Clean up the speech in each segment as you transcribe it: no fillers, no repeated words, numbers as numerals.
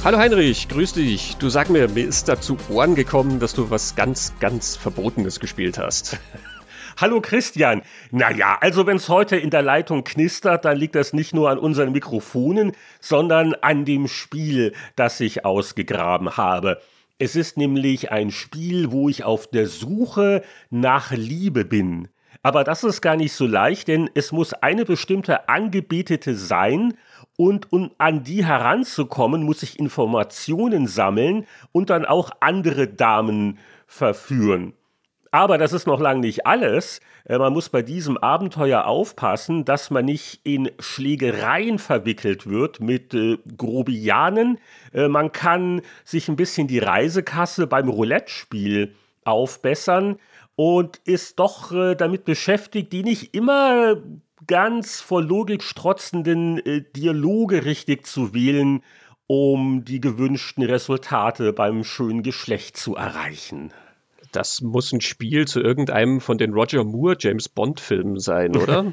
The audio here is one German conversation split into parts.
Hallo Heinrich, grüß dich. Du, sag mir ist da zu Ohren gekommen, dass du was ganz, ganz Verbotenes gespielt hast. Hallo Christian. Naja, also wenn es heute in der Leitung knistert, dann liegt das nicht nur an unseren Mikrofonen, sondern an dem Spiel, das ich ausgegraben habe. Es ist nämlich ein Spiel, wo ich auf der Suche nach Liebe bin. Aber das ist gar nicht so leicht, denn es muss eine bestimmte Angebetete sein und um an die heranzukommen, muss ich Informationen sammeln und dann auch andere Damen verführen. Aber das ist noch lange nicht alles. Man muss bei diesem Abenteuer aufpassen, dass man nicht in Schlägereien verwickelt wird mit Grobianen. Man kann sich ein bisschen die Reisekasse beim Roulette-Spiel aufbessern und ist doch damit beschäftigt, die nicht immer ganz vor Logik strotzenden Dialoge richtig zu wählen, um die gewünschten Resultate beim schönen Geschlecht zu erreichen. Das muss ein Spiel zu irgendeinem von den Roger Moore James Bond Filmen sein, oder?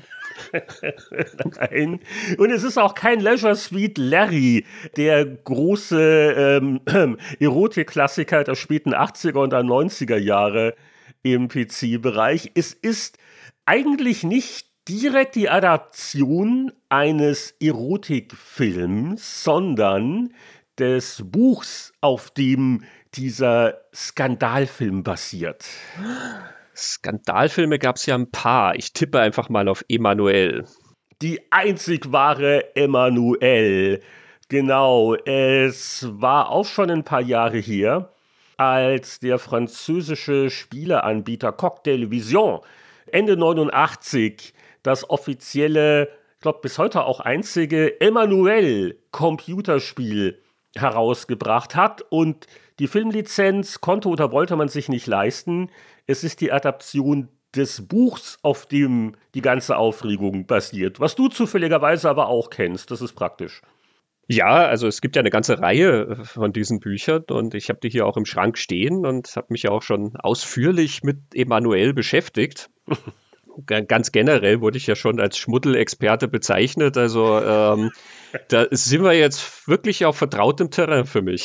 Nein. Und es ist auch kein Leisure Suite Larry, der große Erotikklassiker der späten 80er und der 90er Jahre im PC-Bereich. Es ist eigentlich nicht direkt die Adaption eines Erotikfilms, sondern des Buchs, auf dem dieser Skandalfilm basiert. Skandalfilme gab es ja ein paar. Ich tippe einfach mal auf Emanuelle. Die einzig wahre Emanuelle. Genau, es war auch schon ein paar Jahre her, als der französische Spieleanbieter Cocktail Vision Ende 89 das offizielle, ich glaube bis heute auch einzige Emanuelle Computerspiel herausgebracht hat und die Filmlizenz konnte oder wollte man sich nicht leisten. Es ist die Adaption des Buchs, auf dem die ganze Aufregung basiert, was du zufälligerweise aber auch kennst. Das ist praktisch. Ja, also es gibt ja eine ganze Reihe von diesen Büchern und ich habe die hier auch im Schrank stehen und habe mich ja auch schon ausführlich mit Emanuelle beschäftigt. Ganz generell wurde ich ja schon als Schmuddelexperte bezeichnet, also da sind wir jetzt wirklich auf vertrautem Terrain für mich.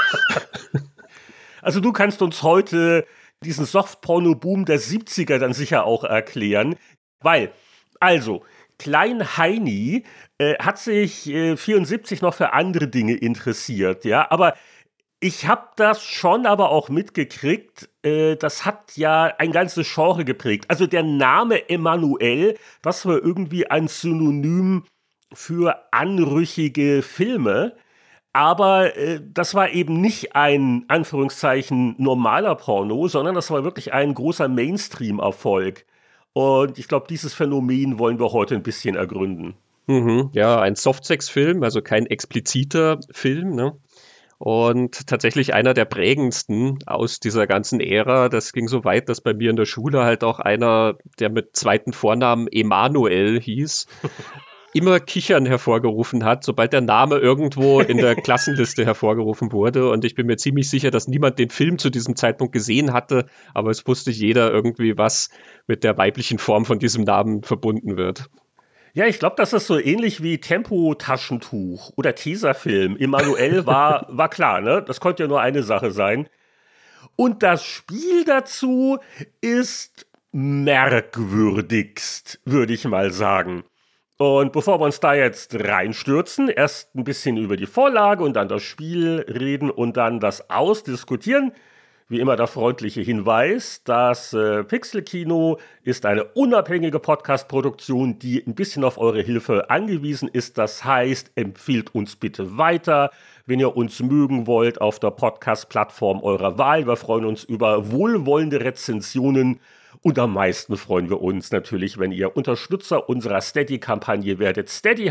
Also du kannst uns heute diesen Softporno-Boom der 70er dann sicher auch erklären, weil, also, Klein Heini hat sich 74 noch für andere Dinge interessiert, ja, aber ich habe das schon aber auch mitgekriegt, das hat ja ein ganzes Genre geprägt. Also der Name Emanuelle, das war irgendwie ein Synonym für anrüchige Filme. Aber das war eben nicht ein, Anführungszeichen, normaler Porno, sondern das war wirklich ein großer Mainstream-Erfolg. Und ich glaube, dieses Phänomen wollen wir heute ein bisschen ergründen. Ja, ein Softsex-Film, also kein expliziter Film, ne? Und tatsächlich einer der prägendsten aus dieser ganzen Ära. Das ging so weit, dass bei mir in der Schule halt auch einer, der mit zweiten Vornamen Emanuel hieß, immer Kichern hervorgerufen hat, sobald der Name irgendwo in der Klassenliste hervorgerufen wurde. Und ich bin mir ziemlich sicher, dass niemand den Film zu diesem Zeitpunkt gesehen hatte, aber es wusste jeder irgendwie, was mit der weiblichen Form von diesem Namen verbunden wird. Ja, ich glaube, das ist so ähnlich wie Tempo-Taschentuch oder Tesafilm. Emanuel war klar, ne? Das konnte ja nur eine Sache sein. Und das Spiel dazu ist merkwürdigst, würde ich mal sagen. Und bevor wir uns da jetzt reinstürzen, erst ein bisschen über die Vorlage und dann das Spiel reden und dann das ausdiskutieren. Wie immer der freundliche Hinweis, das Pixelkino ist eine unabhängige Podcast-Produktion, die ein bisschen auf eure Hilfe angewiesen ist. Das heißt, empfiehlt uns bitte weiter, wenn ihr uns mögen wollt, auf der Podcast-Plattform eurer Wahl. Wir freuen uns über wohlwollende Rezensionen. Und am meisten freuen wir uns natürlich, wenn ihr Unterstützer unserer Steady-Kampagne werdet.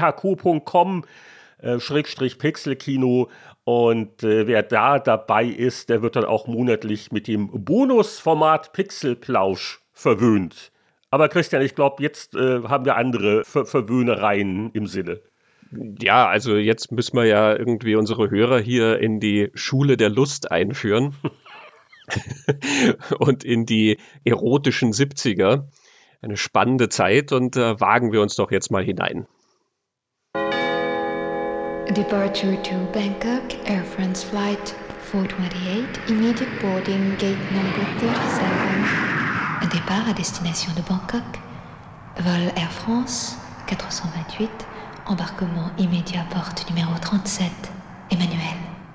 steadyhq.com/Pixelkino. Und wer da dabei ist, der wird dann auch monatlich mit dem Bonusformat Pixelplausch verwöhnt. Aber Christian, ich glaube, jetzt haben wir andere Verwöhnereien im Sinne. Ja, also jetzt müssen wir ja irgendwie unsere Hörer hier in die Schule der Lust einführen. Und in die erotischen 70er. Eine spannende Zeit und wagen wir uns doch jetzt mal hinein. Departure to Bangkok, Air France Flight 428, immediate boarding gate number 37. Départ à destination de Bangkok, vol Air France 428, embarquement immédiat porte numéro 37, Emmanuel.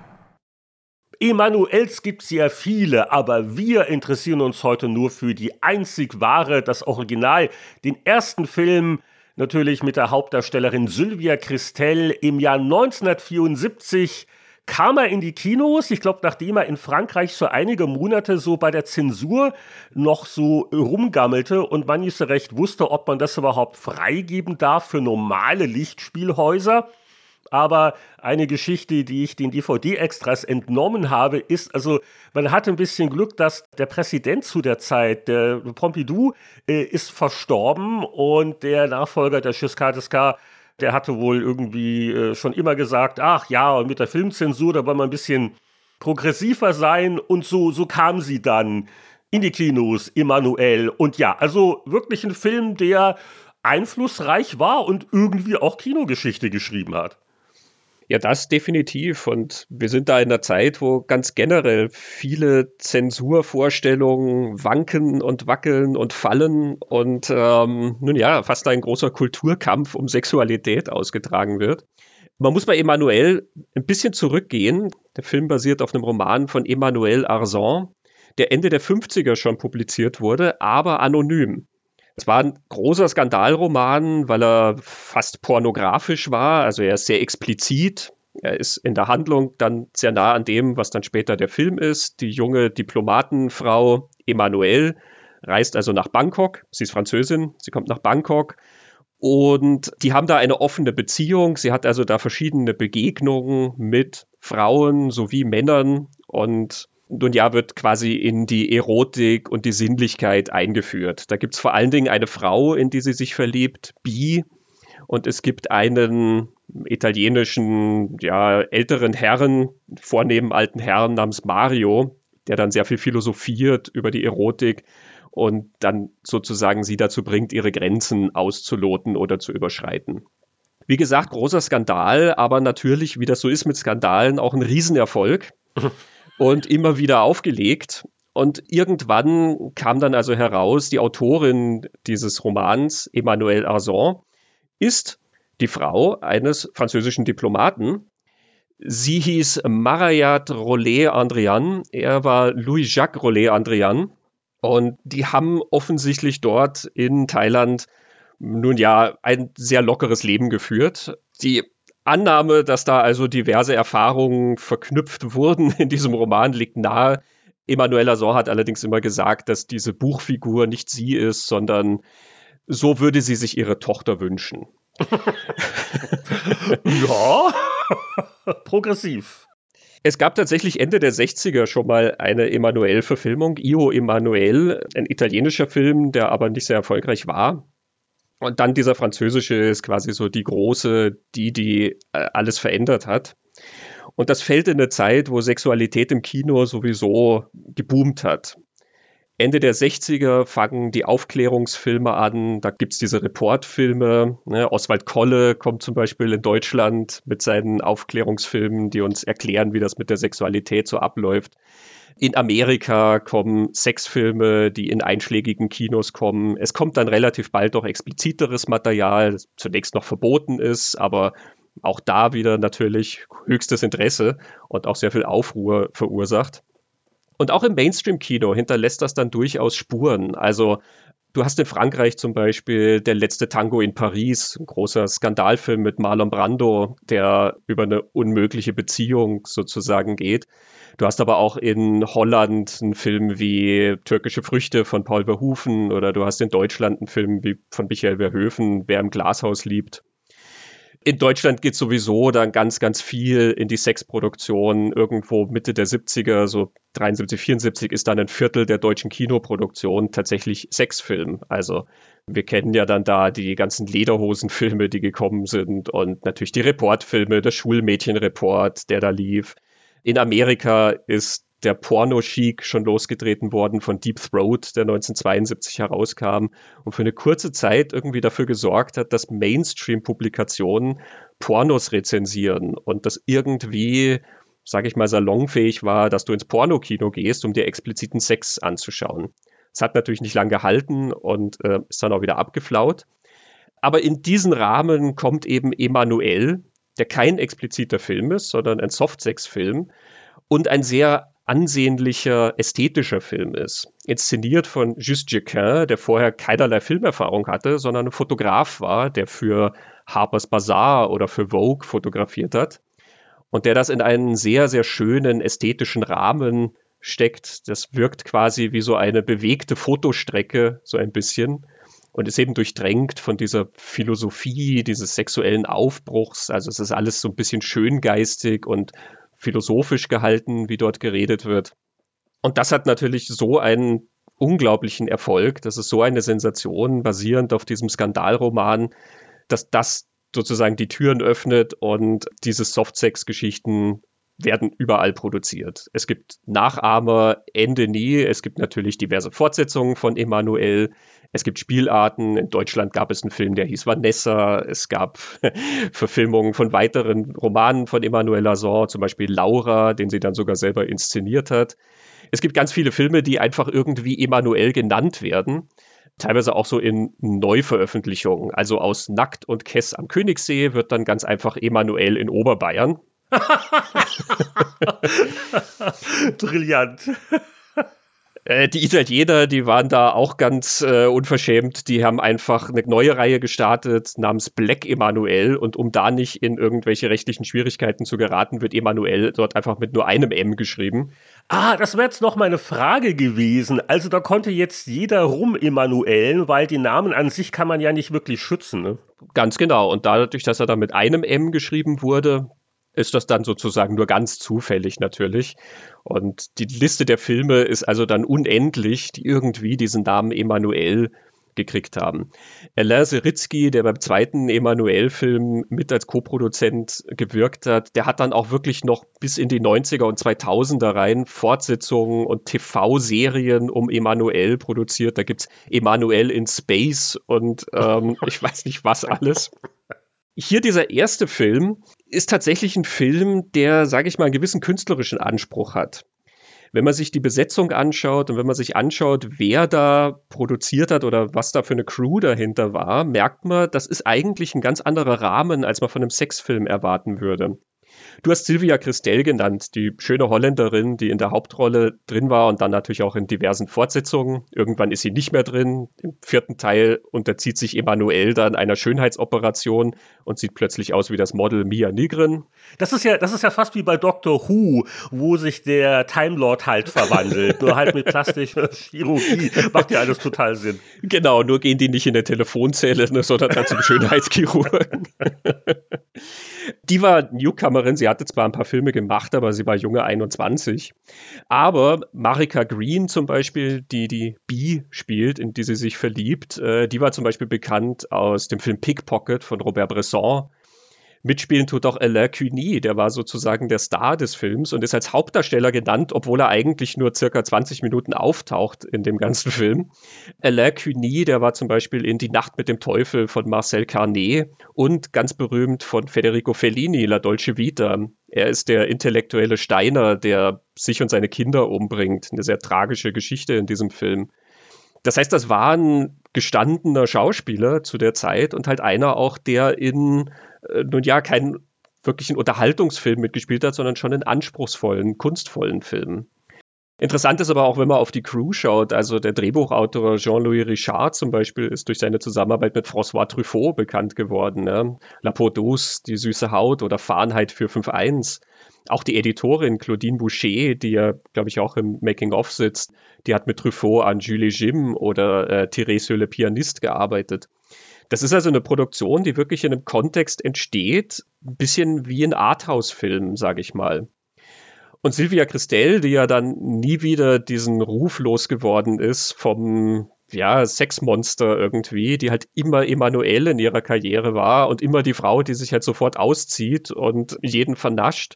Emanuels gibt's ja viele, aber wir interessieren uns heute nur für die einzig wahre, das Original, den ersten Film, natürlich mit der Hauptdarstellerin Sylvia Christel. Im Jahr 1974 kam er in die Kinos, ich glaube, nachdem er in Frankreich so einige Monate so bei der Zensur noch so rumgammelte und man nicht so recht wusste, ob man das überhaupt freigeben darf für normale Lichtspielhäuser. Aber eine Geschichte, die ich den DVD-Extras entnommen habe, ist, also man hatte ein bisschen Glück, dass der Präsident zu der Zeit, der Pompidou, ist verstorben und der Nachfolger, der Giscard d'Esquerre, der hatte wohl irgendwie schon immer gesagt, ach ja, mit der Filmzensur, da wollen wir ein bisschen progressiver sein und so kam sie dann in die Kinos, Emmanuel. Und ja, also wirklich ein Film, der einflussreich war und irgendwie auch Kinogeschichte geschrieben hat. Ja, das definitiv. Und wir sind da in einer Zeit, wo ganz generell viele Zensurvorstellungen wanken und wackeln und fallen und nun ja, fast ein großer Kulturkampf um Sexualität ausgetragen wird. Man muss bei Emmanuel ein bisschen zurückgehen. Der Film basiert auf einem Roman von Emmanuel Arzon, der Ende der 50er schon publiziert wurde, aber anonym. Es war ein großer Skandalroman, weil er fast pornografisch war, also er ist sehr explizit. Er ist in der Handlung dann sehr nah an dem, was dann später der Film ist. Die junge Diplomatenfrau Emmanuelle reist also nach Bangkok. Sie ist Französin, sie kommt nach Bangkok und die haben da eine offene Beziehung. Sie hat also da verschiedene Begegnungen mit Frauen sowie Männern und nun ja, wird quasi in die Erotik und die Sinnlichkeit eingeführt. Da gibt es vor allen Dingen eine Frau, in die sie sich verliebt, Bi, und es gibt einen italienischen, ja, älteren Herrn, vornehmen alten Herrn namens Mario, der dann sehr viel philosophiert über die Erotik und dann sozusagen sie dazu bringt, ihre Grenzen auszuloten oder zu überschreiten. Wie gesagt, großer Skandal, aber natürlich, wie das so ist mit Skandalen, auch ein Riesenerfolg. Und immer wieder aufgelegt. Und irgendwann kam dann also heraus, die Autorin dieses Romans, Emmanuel Arzon, ist die Frau eines französischen Diplomaten. Sie hieß Marayat Rollet-Andrian, er war Louis-Jacques Rollet-Andrian. Und die haben offensichtlich dort in Thailand nun ja ein sehr lockeres Leben geführt. Die Annahme, dass da also diverse Erfahrungen verknüpft wurden in diesem Roman, liegt nahe. Emmanuel Arzon hat allerdings immer gesagt, dass diese Buchfigur nicht sie ist, sondern so würde sie sich ihre Tochter wünschen. Ja, progressiv. Es gab tatsächlich Ende der 60er schon mal eine Emmanuel-Verfilmung, Io Emanuele, ein italienischer Film, der aber nicht sehr erfolgreich war. Und dann dieser französische ist quasi so die große, die alles verändert hat. Und das fällt in eine Zeit, wo Sexualität im Kino sowieso geboomt hat. Ende der 60er fangen die Aufklärungsfilme an, da gibt's diese Reportfilme. Ne? Oswald Kolle kommt zum Beispiel in Deutschland mit seinen Aufklärungsfilmen, die uns erklären, wie das mit der Sexualität so abläuft. In Amerika kommen Sexfilme, die in einschlägigen Kinos kommen. Es kommt dann relativ bald auch expliziteres Material, das zunächst noch verboten ist, aber auch da wieder natürlich höchstes Interesse und auch sehr viel Aufruhr verursacht. Und auch im Mainstream-Kino hinterlässt das dann durchaus Spuren. Also du hast in Frankreich zum Beispiel Der letzte Tango in Paris, ein großer Skandalfilm mit Marlon Brando, der über eine unmögliche Beziehung sozusagen geht. Du hast aber auch in Holland einen Film wie Türkische Früchte von Paul Verhoeven oder du hast in Deutschland einen Film wie von Michael Verhoeven, Wer im Glashaus liebt. In Deutschland geht sowieso dann ganz, ganz viel in die Sexproduktion. Irgendwo Mitte der 70er, so 73, 74, ist dann ein Viertel der deutschen Kinoproduktion tatsächlich Sexfilm. Also wir kennen ja dann da die ganzen Lederhosenfilme, die gekommen sind und natürlich die Reportfilme, der Schulmädchenreport, der da lief. In Amerika ist der Porno-Chic schon losgetreten worden von Deep Throat, der 1972 herauskam und für eine kurze Zeit irgendwie dafür gesorgt hat, dass Mainstream-Publikationen Pornos rezensieren und das irgendwie, sage ich mal, salonfähig war, dass du ins Pornokino gehst, um dir expliziten Sex anzuschauen. Es hat natürlich nicht lange gehalten und ist dann auch wieder abgeflaut. Aber in diesen Rahmen kommt eben Emanuelle, der kein expliziter Film ist, sondern ein Softsex-Film und ein sehr ansehnlicher ästhetischer Film ist. Inszeniert von Juste Jacquin, der vorher keinerlei Filmerfahrung hatte, sondern ein Fotograf war, der für Harper's Bazaar oder für Vogue fotografiert hat und der das in einen sehr, sehr schönen ästhetischen Rahmen steckt. Das wirkt quasi wie so eine bewegte Fotostrecke, so ein bisschen. Und ist eben durchdrängt von dieser Philosophie, dieses sexuellen Aufbruchs. Also es ist alles so ein bisschen schöngeistig und philosophisch gehalten, wie dort geredet wird. Und das hat natürlich so einen unglaublichen Erfolg. Das ist so eine Sensation, basierend auf diesem Skandalroman, dass das sozusagen die Türen öffnet und diese Softsex-Geschichten werden überall produziert. Es gibt Nachahmer, Ende nie. Es gibt natürlich diverse Fortsetzungen von Emanuelle. Es gibt Spielarten. In Deutschland gab es einen Film, der hieß Vanessa. Es gab Verfilmungen von weiteren Romanen von Emmanuelle Lazan, zum Beispiel Laura, den sie dann sogar selber inszeniert hat. Es gibt ganz viele Filme, die einfach irgendwie Emanuelle genannt werden. Teilweise auch so in Neuveröffentlichungen. Also aus Nackt und Kess am Königssee wird dann ganz einfach Emanuelle in Oberbayern. Brillant. Die Italiener, die waren da auch ganz unverschämt. Die haben einfach eine neue Reihe gestartet namens Black Emanuelle und um da nicht in irgendwelche rechtlichen Schwierigkeiten zu geraten, wird Emanuelle dort einfach mit nur einem M geschrieben. Das wäre jetzt noch meine Frage gewesen. Also da konnte jetzt jeder rum-Emanuellen, weil die Namen an sich kann man ja nicht wirklich schützen, ne? Ganz genau. Und dadurch, dass er da mit einem M geschrieben wurde, ist das dann sozusagen nur ganz zufällig natürlich. Und die Liste der Filme ist also dann unendlich, die irgendwie diesen Namen Emanuelle gekriegt haben. Alain Seritzky, der beim zweiten Emanuelle-Film mit als Co-Produzent gewirkt hat, der hat dann auch wirklich noch bis in die 90er und 2000er rein Fortsetzungen und TV-Serien um Emanuelle produziert. Da gibt's Emanuelle in Space und ich weiß nicht was alles. Hier dieser erste Film ist tatsächlich ein Film, der, sage ich mal, einen gewissen künstlerischen Anspruch hat. Wenn man sich die Besetzung anschaut und wenn man sich anschaut, wer da produziert hat oder was da für eine Crew dahinter war, merkt man, das ist eigentlich ein ganz anderer Rahmen, als man von einem Sexfilm erwarten würde. Du hast Sylvia Christel genannt, die schöne Holländerin, die in der Hauptrolle drin war und dann natürlich auch in diversen Fortsetzungen. Irgendwann ist sie nicht mehr drin. Im 4. Teil unterzieht sich Emanuelle dann einer Schönheitsoperation und sieht plötzlich aus wie das Model Mia Nygren. Das ist ja fast wie bei Doctor Who, wo sich der Time Lord halt verwandelt. Nur halt mit plastischer Chirurgie. Macht ja alles total Sinn. Genau, nur gehen die nicht in eine Telefonzelle, sondern dann zum Schönheitschirurgen. Die war Newcomerin, sie hatte zwar ein paar Filme gemacht, aber sie war junge 21. Aber Marika Green zum Beispiel, die Bee spielt, in die sie sich verliebt, die war zum Beispiel bekannt aus dem Film Pickpocket von Robert Bresson. Mitspielen tut auch Alain Cuny, der war sozusagen der Star des Films und ist als Hauptdarsteller genannt, obwohl er eigentlich nur circa 20 Minuten auftaucht in dem ganzen Film. Alain Cuny, der war zum Beispiel in Die Nacht mit dem Teufel von Marcel Carné und ganz berühmt von Federico Fellini, La Dolce Vita. Er ist der intellektuelle Steiner, der sich und seine Kinder umbringt. Eine sehr tragische Geschichte in diesem Film. Das heißt, das war ein gestandener Schauspieler zu der Zeit und halt einer auch, der in, nun ja, keinen wirklichen Unterhaltungsfilm mitgespielt hat, sondern schon in anspruchsvollen, kunstvollen Filmen. Interessant ist aber auch, wenn man auf die Crew schaut, also der Drehbuchautor Jean-Louis Richard zum Beispiel ist durch seine Zusammenarbeit mit François Truffaut bekannt geworden. Ne? La Peau douce, Die süße Haut oder Fahrenheit 451. Auch die Editorin Claudine Boucher, die ja, glaube ich, auch im Making-of sitzt, die hat mit Truffaut an Jules Jim oder Thérèse le Pianiste gearbeitet. Das ist also eine Produktion, die wirklich in einem Kontext entsteht, ein bisschen wie ein Arthouse-Film, sage ich mal. Und Sylvia Christel, die ja dann nie wieder diesen Ruf losgeworden ist vom Sexmonster irgendwie, die halt immer Emanuelle in ihrer Karriere war und immer die Frau, die sich halt sofort auszieht und jeden vernascht,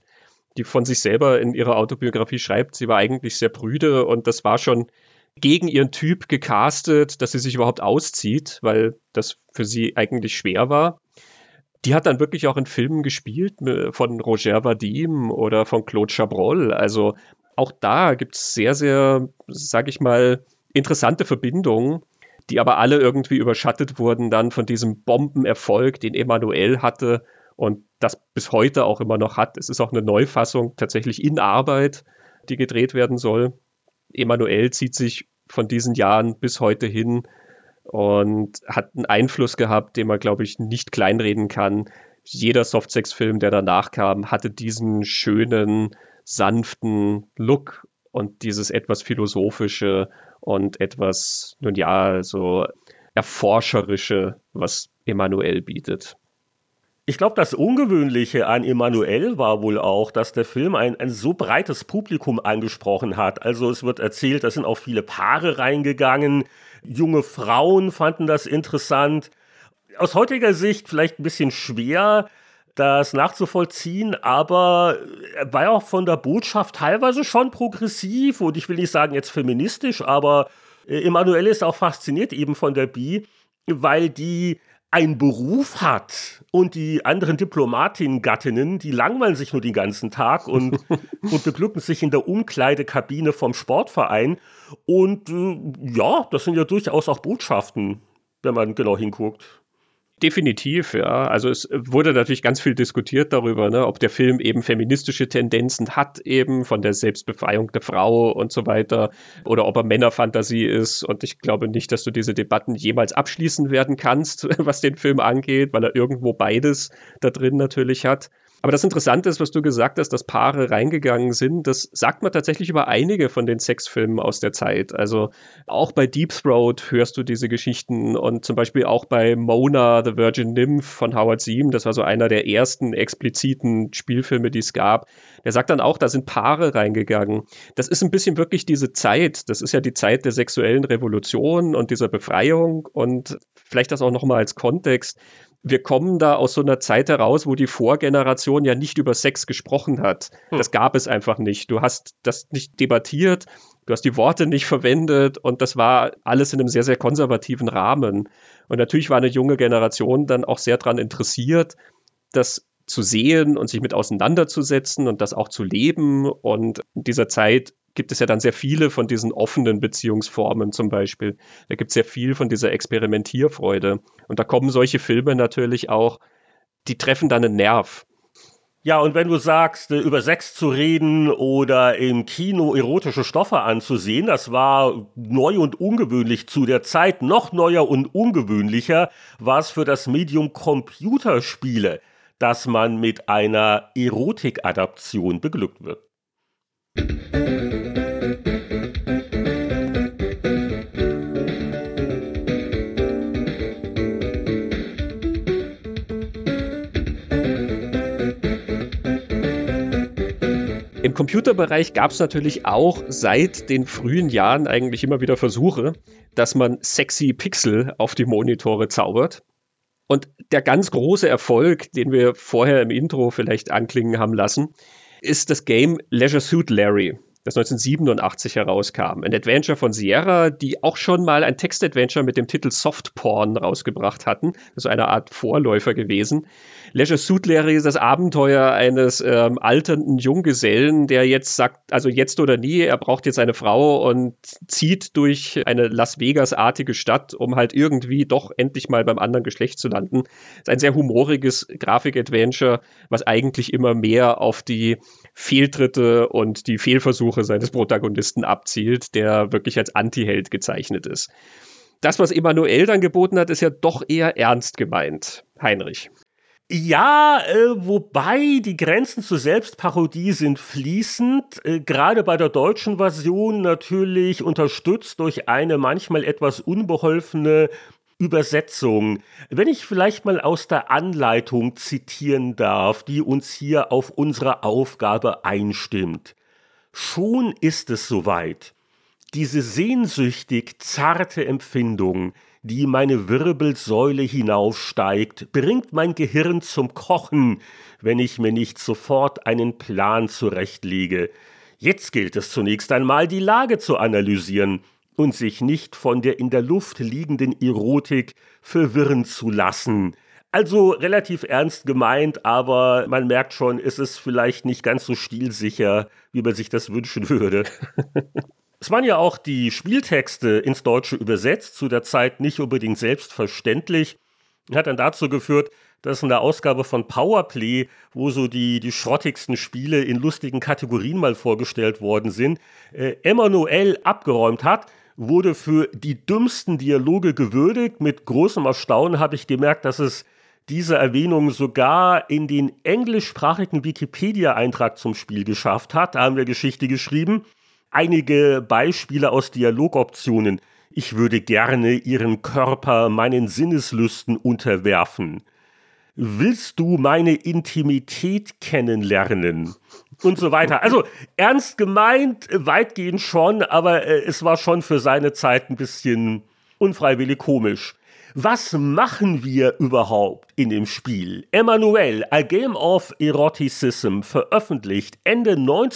die von sich selber in ihrer Autobiografie schreibt, sie war eigentlich sehr prüde und das war schon gegen ihren Typ gecastet, dass sie sich überhaupt auszieht, weil das für sie eigentlich schwer war. Die hat dann wirklich auch in Filmen gespielt von Roger Vadim oder von Claude Chabrol. Also auch da gibt es sehr, sehr, sag ich mal, interessante Verbindungen, die aber alle irgendwie überschattet wurden dann von diesem Bombenerfolg, den Emmanuelle hatte und das bis heute auch immer noch hat. Es ist auch eine Neufassung tatsächlich in Arbeit, die gedreht werden soll. Emmanuelle zieht sich von diesen Jahren bis heute hin und hat einen Einfluss gehabt, den man, glaube ich, nicht kleinreden kann. Jeder Softsex-Film, der danach kam, hatte diesen schönen, sanften Look und dieses etwas philosophische und etwas, nun ja, so erforscherische, was Emmanuelle bietet. Ich glaube, das Ungewöhnliche an Emmanuelle war wohl auch, dass der Film ein so breites Publikum angesprochen hat. Also es wird erzählt, da sind auch viele Paare reingegangen. Junge Frauen fanden das interessant. Aus heutiger Sicht vielleicht ein bisschen schwer, das nachzuvollziehen, aber er war auch von der Botschaft teilweise schon progressiv und ich will nicht sagen jetzt feministisch, aber Emmanuelle ist auch fasziniert eben von der Bi, weil die einen Beruf hat und die anderen Diplomatinnen-Gattinnen, die langweilen sich nur den ganzen Tag und beglücken sich in der Umkleidekabine vom Sportverein. Und ja, das sind ja durchaus auch Botschaften, wenn man genau hinguckt. Definitiv, ja. Also es wurde natürlich ganz viel diskutiert darüber, ne, ob der Film eben feministische Tendenzen hat, eben von der Selbstbefreiung der Frau und so weiter, oder ob er Männerfantasie ist. Und ich glaube nicht, dass du diese Debatten jemals abschließen werden kannst, was den Film angeht, weil er irgendwo beides da drin natürlich hat. Aber das Interessante ist, was du gesagt hast, dass Paare reingegangen sind, das sagt man tatsächlich über einige von den Sexfilmen aus der Zeit. Also auch bei Deep Throat hörst du diese Geschichten und zum Beispiel auch bei Mona, The Virgin Nymph von Howard Zehm, das war so einer der ersten expliziten Spielfilme, die es gab. Der sagt dann auch, da sind Paare reingegangen. Das ist ein bisschen wirklich diese Zeit, das ist ja die Zeit der sexuellen Revolution und dieser Befreiung und vielleicht das auch nochmal als Kontext. Wir kommen da aus so einer Zeit heraus, wo die Vorgeneration ja nicht über Sex gesprochen hat. Das gab es einfach nicht. Du hast das nicht debattiert, du hast die Worte nicht verwendet und das war alles in einem sehr, sehr konservativen Rahmen. Und natürlich war eine junge Generation dann auch sehr daran interessiert, das zu sehen und sich mit auseinanderzusetzen und das auch zu leben. Und in dieser Zeit gibt es ja dann sehr viele von diesen offenen Beziehungsformen zum Beispiel. Da gibt es sehr viel von dieser Experimentierfreude. Und da kommen solche Filme natürlich auch, die treffen dann einen Nerv. Ja, und wenn du sagst, über Sex zu reden oder im Kino erotische Stoffe anzusehen, das war neu und ungewöhnlich zu der Zeit. Noch neuer und ungewöhnlicher war es für das Medium Computerspiele, dass man mit einer Erotikadaption beglückt wird. Im Computerbereich gab es natürlich auch seit den frühen Jahren eigentlich immer wieder Versuche, dass man sexy Pixel auf die Monitore zaubert. Und der ganz große Erfolg, den wir vorher im Intro vielleicht anklingen haben lassen, ist das Game Leisure Suit Larry, das 1987 herauskam. Ein Adventure von Sierra, die auch schon mal ein Textadventure mit dem Titel Soft Porn rausgebracht hatten. Das ist eine Art Vorläufer gewesen. Leisure Suit Larry ist das Abenteuer eines alternden Junggesellen, der jetzt sagt, also jetzt oder nie, er braucht jetzt eine Frau und zieht durch eine Las Vegas-artige Stadt, um halt irgendwie doch endlich mal beim anderen Geschlecht zu landen. Das ist ein sehr humoriges Grafik-Adventure, was eigentlich immer mehr auf die Fehltritte und die Fehlversuche seines Protagonisten abzielt, der wirklich als Anti-Held gezeichnet ist. Das, was Emmanuelle dann geboten hat, ist ja doch eher ernst gemeint, Heinrich. Ja, wobei die Grenzen zur Selbstparodie sind fließend, gerade bei der deutschen Version natürlich unterstützt durch eine manchmal etwas unbeholfene Übersetzung. Wenn ich vielleicht mal aus der Anleitung zitieren darf, die uns hier auf unsere Aufgabe einstimmt. Schon ist es soweit. Diese sehnsüchtig zarte Empfindung, die meine Wirbelsäule hinaufsteigt, bringt mein Gehirn zum Kochen, wenn ich mir nicht sofort einen Plan zurechtlege. Jetzt gilt es zunächst einmal, die Lage zu analysieren und sich nicht von der in der Luft liegenden Erotik verwirren zu lassen. Also relativ ernst gemeint, aber man merkt schon, es ist vielleicht nicht ganz so stilsicher, wie man sich das wünschen würde. Es waren ja auch die Spieltexte ins Deutsche übersetzt, zu der Zeit nicht unbedingt selbstverständlich. Hat dann dazu geführt, dass in der Ausgabe von Powerplay, wo so die schrottigsten Spiele in lustigen Kategorien mal vorgestellt worden sind, Emmanuel abgeräumt hat, wurde für die dümmsten Dialoge gewürdigt. Mit großem Erstaunen habe ich gemerkt, dass es diese Erwähnung sogar in den englischsprachigen Wikipedia-Eintrag zum Spiel geschafft hat. Da haben wir Geschichte geschrieben. Einige Beispiele aus Dialogoptionen. Ich würde gerne Ihren Körper meinen Sinneslüsten unterwerfen. Willst du meine Intimität kennenlernen? Und so weiter. Also ernst gemeint, weitgehend schon, aber es war schon für seine Zeit ein bisschen unfreiwillig komisch. Was machen wir überhaupt in dem Spiel? Emmanuel, A Game of Eroticism, veröffentlicht Ende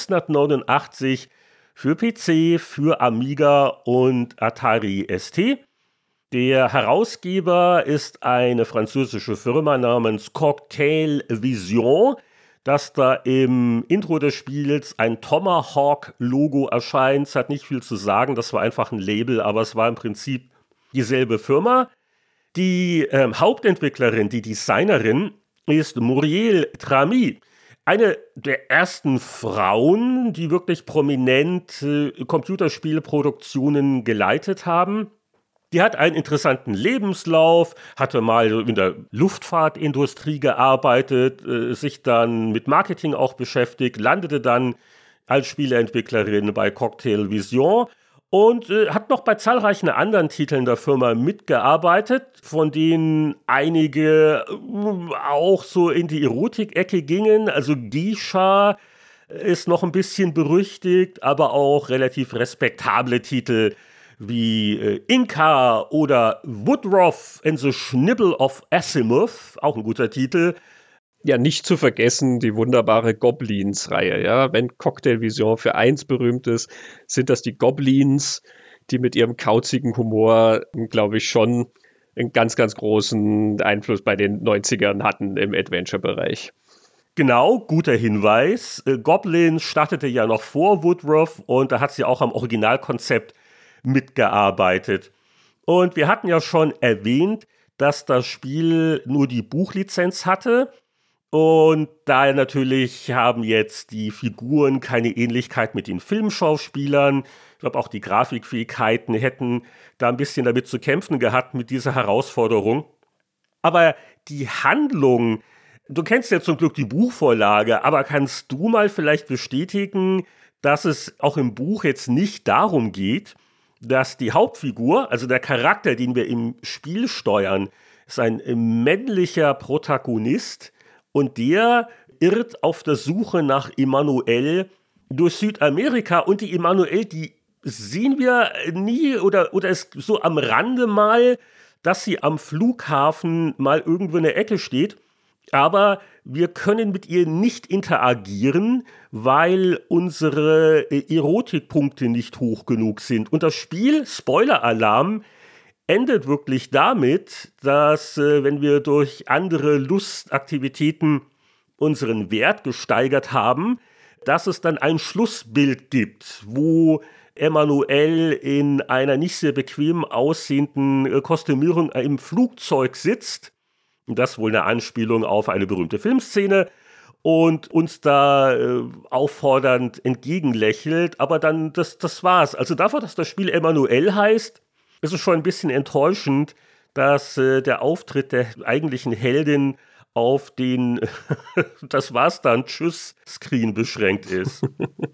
1989 für PC, für Amiga und Atari ST. Der Herausgeber ist eine französische Firma namens Cocktail Vision. Dass da im Intro des Spiels ein Tomahawk-Logo erscheint, hat nicht viel zu sagen. Das war einfach ein Label, aber es war im Prinzip dieselbe Firma. Die Hauptentwicklerin, die Designerin, ist Muriel Tramy. Eine der ersten Frauen, die wirklich prominent Computerspielproduktionen geleitet haben. Die hat einen interessanten Lebenslauf, hatte mal in der Luftfahrtindustrie gearbeitet, sich dann mit Marketing auch beschäftigt, landete dann als Spieleentwicklerin bei Cocktail Vision und hat noch bei zahlreichen anderen Titeln der Firma mitgearbeitet, von denen einige auch so in die Erotik-Ecke gingen. Also Geisha ist noch ein bisschen berüchtigt, aber auch relativ respektable Titel wie Inka oder Woodruff and the Schnibble of Azimuth, auch ein guter Titel. Ja, nicht zu vergessen die wunderbare Goblins-Reihe. Ja? Wenn Cocktail Vision für eins berühmt ist, sind das die Goblins, die mit ihrem kauzigen Humor, glaube ich, schon einen ganz, ganz großen Einfluss bei den 90ern hatten im Adventure-Bereich. Genau, guter Hinweis. Goblins startete ja noch vor Woodruff und da hat sie auch am Originalkonzept mitgearbeitet. Und wir hatten ja schon erwähnt, dass das Spiel nur die Buchlizenz hatte. Und daher natürlich haben jetzt die Figuren keine Ähnlichkeit mit den Filmschauspielern. Ich glaube, auch die Grafikfähigkeiten hätten da ein bisschen damit zu kämpfen gehabt mit dieser Herausforderung. Aber die Handlung, du kennst ja zum Glück die Buchvorlage, aber kannst du mal vielleicht bestätigen, dass es auch im Buch jetzt nicht darum geht, dass die Hauptfigur, also der Charakter, den wir im Spiel steuern, ist ein männlicher Protagonist und der irrt auf der Suche nach Emmanuel durch Südamerika und die Emmanuel, die sehen wir nie oder ist so am Rande mal, dass sie am Flughafen mal irgendwo in der Ecke steht. Aber wir können mit ihr nicht interagieren, weil unsere Erotikpunkte nicht hoch genug sind. Und das Spiel, Spoiler-Alarm, endet wirklich damit, dass wenn wir durch andere Lustaktivitäten unseren Wert gesteigert haben, dass es dann ein Schlussbild gibt, wo Emmanuel in einer nicht sehr bequem aussehenden Kostümierung im Flugzeug sitzt. Das wohl eine Anspielung auf eine berühmte Filmszene und uns da auffordernd entgegenlächelt, aber dann, das war's. Also dafür, dass das Spiel Emmanuel heißt, ist es schon ein bisschen enttäuschend, dass der Auftritt der eigentlichen Heldin auf den das war's dann, Tschüss-Screen beschränkt ist.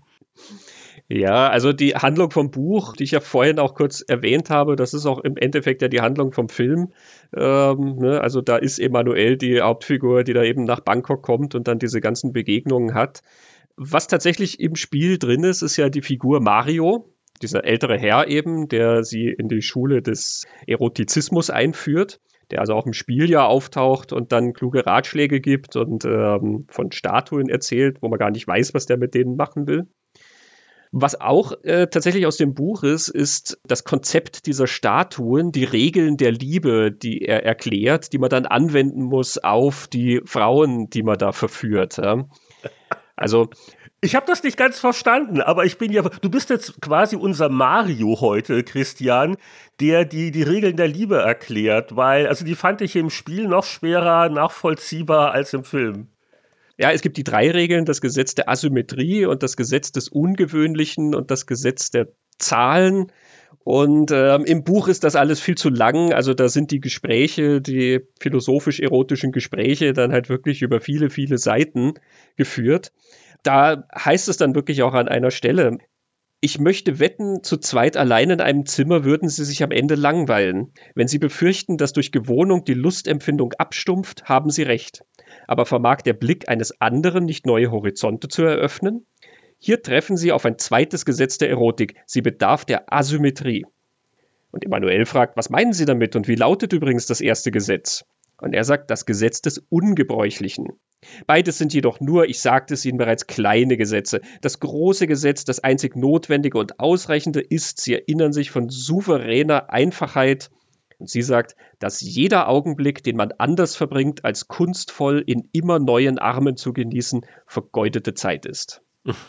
Ja, also die Handlung vom Buch, die ich ja vorhin auch kurz erwähnt habe, das ist auch im Endeffekt ja die Handlung vom Film. Also da ist Emmanuel die Hauptfigur, die da eben nach Bangkok kommt und dann diese ganzen Begegnungen hat. Was tatsächlich im Spiel drin ist, ist ja die Figur Mario. dieser ältere Herr eben, der sie in die Schule des Erotizismus einführt, der also auch im Spiel ja auftaucht und dann kluge Ratschläge gibt und von Statuen erzählt, wo man gar nicht weiß, was der mit denen machen will. Was auch tatsächlich aus dem Buch ist das Konzept dieser Statuen, die Regeln der Liebe, die er erklärt, die man dann anwenden muss auf die Frauen, die man da verführt. Ja. Also ich habe das nicht ganz verstanden, aber du bist jetzt quasi unser Mario heute, Christian, der die Regeln der Liebe erklärt, weil, also die fand ich im Spiel noch schwerer nachvollziehbar als im Film. Ja, es gibt die 3 Regeln, das Gesetz der Asymmetrie und das Gesetz des Ungewöhnlichen und das Gesetz der Zahlen. Und im Buch ist das alles viel zu lang. Also da sind die Gespräche, die philosophisch-erotischen Gespräche dann halt wirklich über viele, viele Seiten geführt. Da heißt es dann wirklich auch an einer Stelle, ich möchte wetten, zu zweit allein in einem Zimmer würden sie sich am Ende langweilen. Wenn sie befürchten, dass durch Gewohnung die Lustempfindung abstumpft, haben sie recht. Aber vermag der Blick eines anderen nicht neue Horizonte zu eröffnen? Hier treffen sie auf ein zweites Gesetz der Erotik. Sie bedarf der Asymmetrie. Und Emanuel fragt, was meinen Sie damit und wie lautet übrigens das erste Gesetz? Und er sagt, das Gesetz des Ungebräuchlichen. Beides sind jedoch nur, ich sagte es Ihnen bereits, kleine Gesetze. Das große Gesetz, das einzig Notwendige und Ausreichende ist, Sie erinnern sich, von souveräner Einfachheit. Und sie sagt, dass jeder Augenblick, den man anders verbringt, als kunstvoll in immer neuen Armen zu genießen, vergeudete Zeit ist.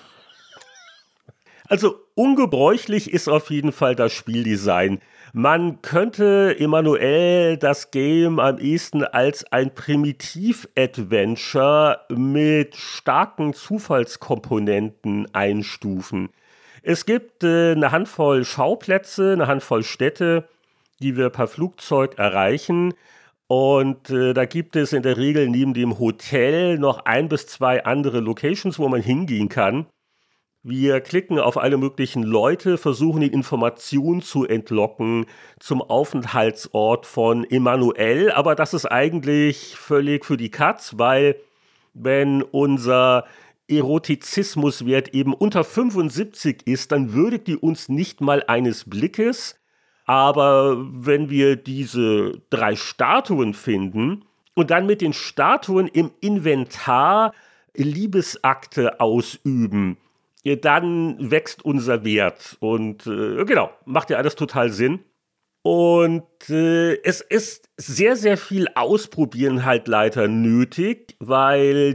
Also ungebräuchlich ist auf jeden Fall das Spieldesign. Man könnte Emanuel das Game am ehesten als ein Primitiv-Adventure mit starken Zufallskomponenten einstufen. Es gibt eine Handvoll Schauplätze, eine Handvoll Städte, die wir per Flugzeug erreichen. Und da gibt es in der Regel neben dem Hotel noch 1 bis 2 andere Locations, wo man hingehen kann. Wir klicken auf alle möglichen Leute, versuchen die Informationen zu entlocken zum Aufenthaltsort von Emanuel. Aber das ist eigentlich völlig für die Katz, weil wenn unser Erotizismuswert eben unter 75 ist, dann würdigt die uns nicht mal eines Blickes. Aber wenn wir diese 3 Statuen finden und dann mit den Statuen im Inventar Liebesakte ausüben, dann wächst unser Wert. Und genau, macht ja alles total Sinn. Und es ist sehr, sehr viel Ausprobieren halt leider nötig, weil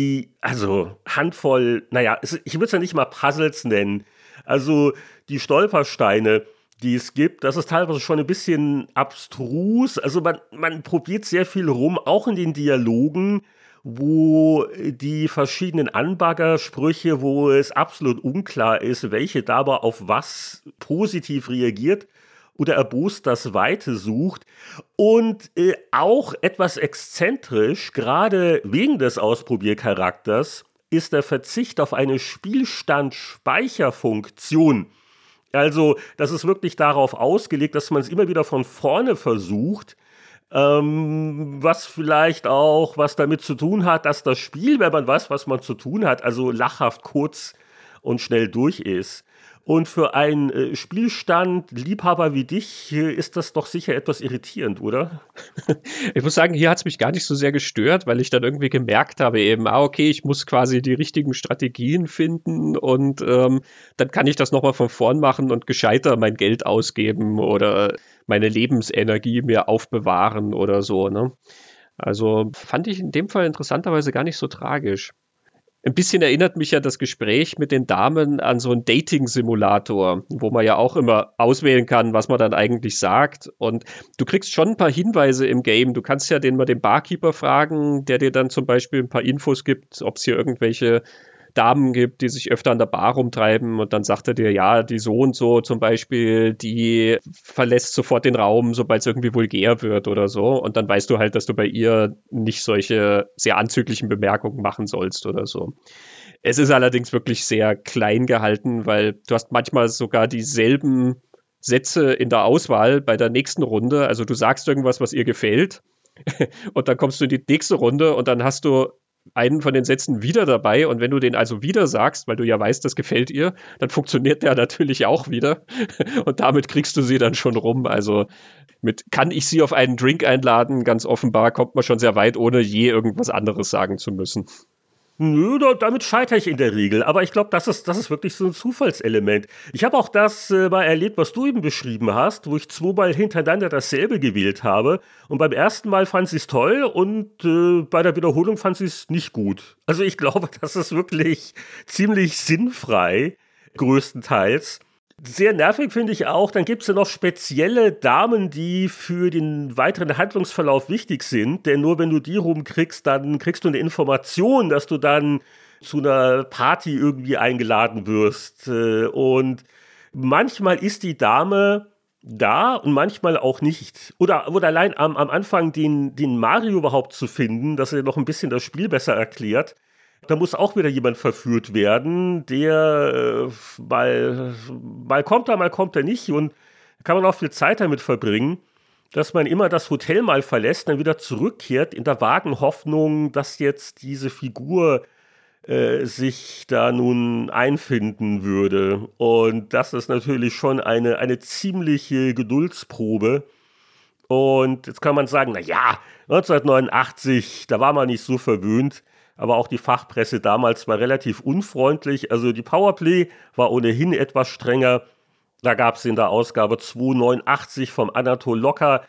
Handvoll, ich würde es ja nicht mal Puzzles nennen, also die Stolpersteine, die es gibt, das ist teilweise schon ein bisschen abstrus. Also man probiert sehr viel rum, auch in den Dialogen, wo die verschiedenen Anbaggersprüche, wo es absolut unklar ist, welche dabei auf was positiv reagiert oder erbost das Weite sucht. Und auch etwas exzentrisch, gerade wegen des Ausprobiercharakters, ist der Verzicht auf eine Spielstand-Speicherfunktion. Also, das ist wirklich darauf ausgelegt, dass man es immer wieder von vorne versucht, was vielleicht auch was damit zu tun hat, dass das Spiel, wenn man weiß, was man zu tun hat, also lachhaft kurz und schnell durch ist. Und für einen Spielstand-Liebhaber wie dich ist das doch sicher etwas irritierend, oder? Ich muss sagen, hier hat es mich gar nicht so sehr gestört, weil ich dann irgendwie gemerkt habe eben, okay, ich muss quasi die richtigen Strategien finden und dann kann ich das nochmal von vorn machen und gescheiter mein Geld ausgeben oder meine Lebensenergie mir aufbewahren oder so, ne? Also fand ich in dem Fall interessanterweise gar nicht so tragisch. Ein bisschen erinnert mich ja das Gespräch mit den Damen an so einen Dating-Simulator, wo man ja auch immer auswählen kann, was man dann eigentlich sagt. Und du kriegst schon ein paar Hinweise im Game. Du kannst ja den Barkeeper fragen, der dir dann zum Beispiel ein paar Infos gibt, ob es hier irgendwelche Damen gibt, die sich öfter an der Bar rumtreiben, und dann sagt er dir, ja, die so und so zum Beispiel, die verlässt sofort den Raum, sobald es irgendwie vulgär wird oder so, und dann weißt du halt, dass du bei ihr nicht solche sehr anzüglichen Bemerkungen machen sollst oder so. Es ist allerdings wirklich sehr klein gehalten, weil du hast manchmal sogar dieselben Sätze in der Auswahl bei der nächsten Runde, also du sagst irgendwas, was ihr gefällt, und dann kommst du in die nächste Runde und dann hast du einen von den Sätzen wieder dabei und wenn du den also wieder sagst, weil du ja weißt, das gefällt ihr, dann funktioniert der natürlich auch wieder und damit kriegst du sie dann schon rum. Also mit kann ich sie auf einen Drink einladen, ganz offenbar kommt man schon sehr weit, ohne je irgendwas anderes sagen zu müssen. Nö, damit scheitere ich in der Regel. Aber ich glaube, das ist wirklich so ein Zufallselement. Ich habe auch das mal erlebt, was du eben beschrieben hast, wo ich 2-mal hintereinander dasselbe gewählt habe. Und beim ersten Mal fand sie es toll und bei der Wiederholung fand sie es nicht gut. Also ich glaube, das ist wirklich ziemlich sinnfrei, größtenteils. Sehr nervig finde ich auch, dann gibt es ja noch spezielle Damen, die für den weiteren Handlungsverlauf wichtig sind, denn nur wenn du die rumkriegst, dann kriegst du eine Information, dass du dann zu einer Party irgendwie eingeladen wirst. Und manchmal ist die Dame da und manchmal auch nicht. Oder allein am Anfang den Mario überhaupt zu finden, dass er noch ein bisschen das Spiel besser erklärt. Da muss auch wieder jemand verführt werden, der mal kommt er nicht und kann man auch viel Zeit damit verbringen, dass man immer das Hotel mal verlässt, dann wieder zurückkehrt in der vagen Hoffnung, dass jetzt diese Figur sich da nun einfinden würde. Und das ist natürlich schon eine ziemliche Geduldsprobe. Und jetzt kann man sagen, 1989, da war man nicht so verwöhnt. Aber auch die Fachpresse damals war relativ unfreundlich. Also die Powerplay war ohnehin etwas strenger. Da gab es in der Ausgabe 289 vom Anatol Locker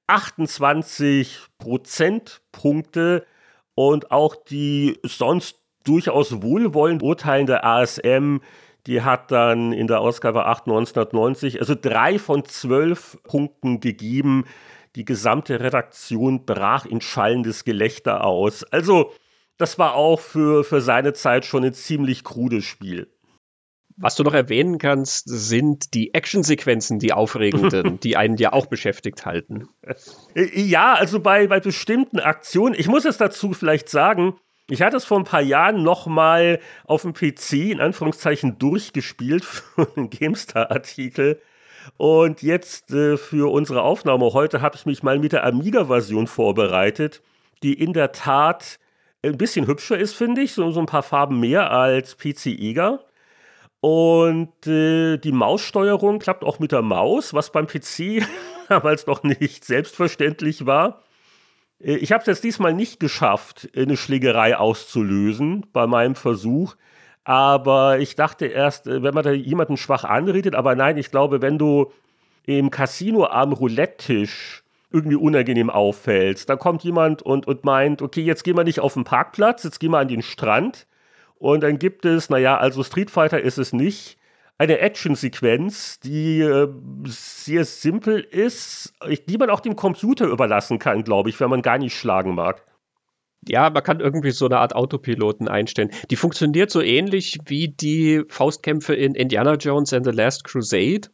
28 Prozentpunkte. Und auch die sonst durchaus wohlwollend urteilende ASM, die hat dann in der Ausgabe 8 1990 also 3 von 12 Punkten gegeben. Die gesamte Redaktion brach in schallendes Gelächter aus. Also das war auch für seine Zeit schon ein ziemlich krudes Spiel. Was du noch erwähnen kannst, sind die Actionsequenzen, die aufregenden, die einen ja auch beschäftigt halten. Ja, also bei bestimmten Aktionen, ich muss es dazu vielleicht sagen, ich hatte es vor ein paar Jahren noch mal auf dem PC in Anführungszeichen durchgespielt für einen GameStar-Artikel. Und jetzt für unsere Aufnahme heute habe ich mich mal mit der Amiga-Version vorbereitet, die in der Tat ein bisschen hübscher ist, finde ich, so ein paar Farben mehr als PC Eger. Und die Maussteuerung klappt auch mit der Maus, was beim PC damals noch nicht selbstverständlich war. Ich habe es jetzt diesmal nicht geschafft, eine Schlägerei auszulösen bei meinem Versuch. Aber ich dachte erst, wenn man da jemanden schwach anredet, aber nein, ich glaube, wenn du im Casino am Roulette-Tisch irgendwie unangenehm auffällst. Da kommt jemand und meint, okay, jetzt gehen wir nicht auf den Parkplatz, jetzt gehen wir an den Strand. Und dann gibt es, also Street Fighter ist es nicht, eine Action-Sequenz, die sehr simpel ist, die man auch dem Computer überlassen kann, glaube ich, wenn man gar nicht schlagen mag. Ja, man kann irgendwie so eine Art Autopiloten einstellen. Die funktioniert so ähnlich wie die Faustkämpfe in Indiana Jones and the Last Crusade.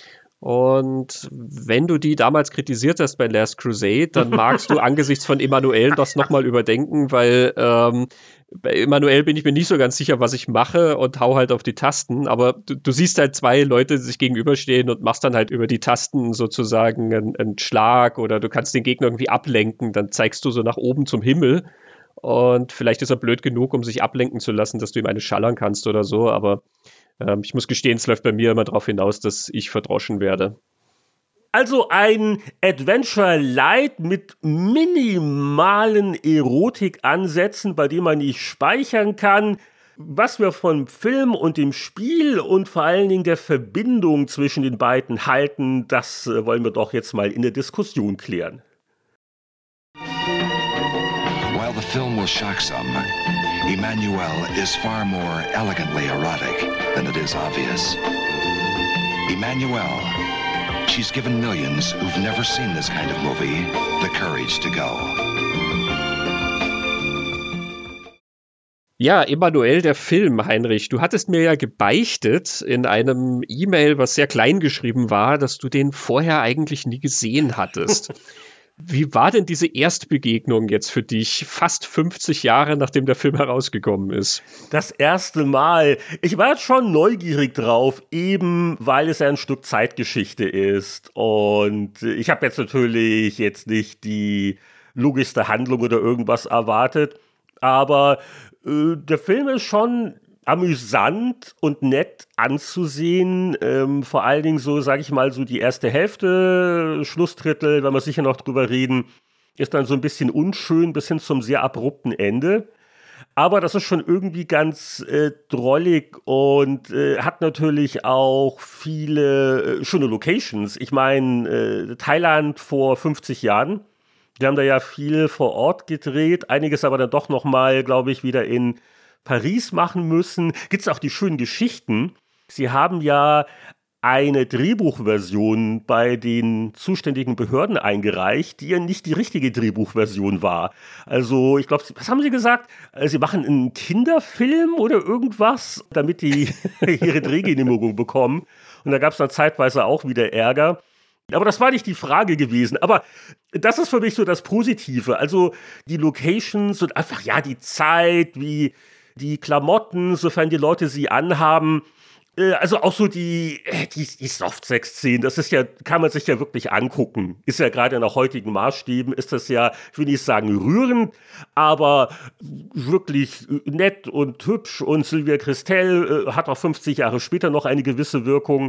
Und wenn du die damals kritisiert hast bei Last Crusade, dann magst du angesichts von Emanuel das nochmal überdenken, weil bei Emanuel bin ich mir nicht so ganz sicher, was ich mache und hau halt auf die Tasten. Aber du siehst halt 2 Leute, die sich gegenüberstehen und machst dann halt über die Tasten sozusagen einen Schlag oder du kannst den Gegner irgendwie ablenken. Dann zeigst du so nach oben zum Himmel und vielleicht ist er blöd genug, um sich ablenken zu lassen, dass du ihm eine schallern kannst oder so, aber ich muss gestehen, es läuft bei mir immer darauf hinaus, dass ich verdroschen werde. Also ein Adventure Light mit minimalen Erotikansätzen, bei dem man nicht speichern kann. Was wir vom Film und dem Spiel und vor allen Dingen der Verbindung zwischen den beiden halten, das wollen wir doch jetzt mal in der Diskussion klären. While the film will shock some, Emmanuelle is far more elegantly erotic than it is obvious. Emmanuelle, she's given millions who've never seen this kind of movie the courage to go. Ja, Emanuel, der Film, Heinrich, du hattest mir ja gebeichtet in einem E-Mail, was sehr klein geschrieben war, dass du den vorher eigentlich nie gesehen hattest. Wie war denn diese Erstbegegnung jetzt für dich, fast 50 Jahre nachdem der Film herausgekommen ist? Das erste Mal. Ich war jetzt schon neugierig drauf, eben weil es ein Stück Zeitgeschichte ist. Und ich habe jetzt natürlich nicht die logischste Handlung oder irgendwas erwartet. Aber der Film ist schon amüsant und nett anzusehen. Vor allen Dingen so, sage ich mal, so die erste Hälfte, Schlussdrittel, wenn wir sicher noch drüber reden, ist dann so ein bisschen unschön bis hin zum sehr abrupten Ende. Aber das ist schon irgendwie ganz drollig und hat natürlich auch viele schöne Locations. Ich meine, Thailand vor 50 Jahren. Die haben da ja viel vor Ort gedreht, einiges aber dann doch nochmal, glaube ich, wieder in Paris machen müssen. Gibt es auch die schönen Geschichten. Sie haben ja eine Drehbuchversion bei den zuständigen Behörden eingereicht, die ja nicht die richtige Drehbuchversion war. Also, ich glaube, was haben Sie gesagt? Sie machen einen Kinderfilm oder irgendwas, damit die ihre Drehgenehmigung bekommen. Und da gab es dann zeitweise auch wieder Ärger. Aber das war nicht die Frage gewesen. Aber das ist für mich so das Positive. Also die Locations und einfach, ja, die Zeit, wie die Klamotten, sofern die Leute sie anhaben. Also auch so die Softsex-Szenen, das ist ja, kann man sich ja wirklich angucken. Ist ja gerade nach heutigen Maßstäben, ist das ja, ich will nicht sagen rührend, aber wirklich nett und hübsch. Und Sylvia Kristel hat auch 50 Jahre später noch eine gewisse Wirkung.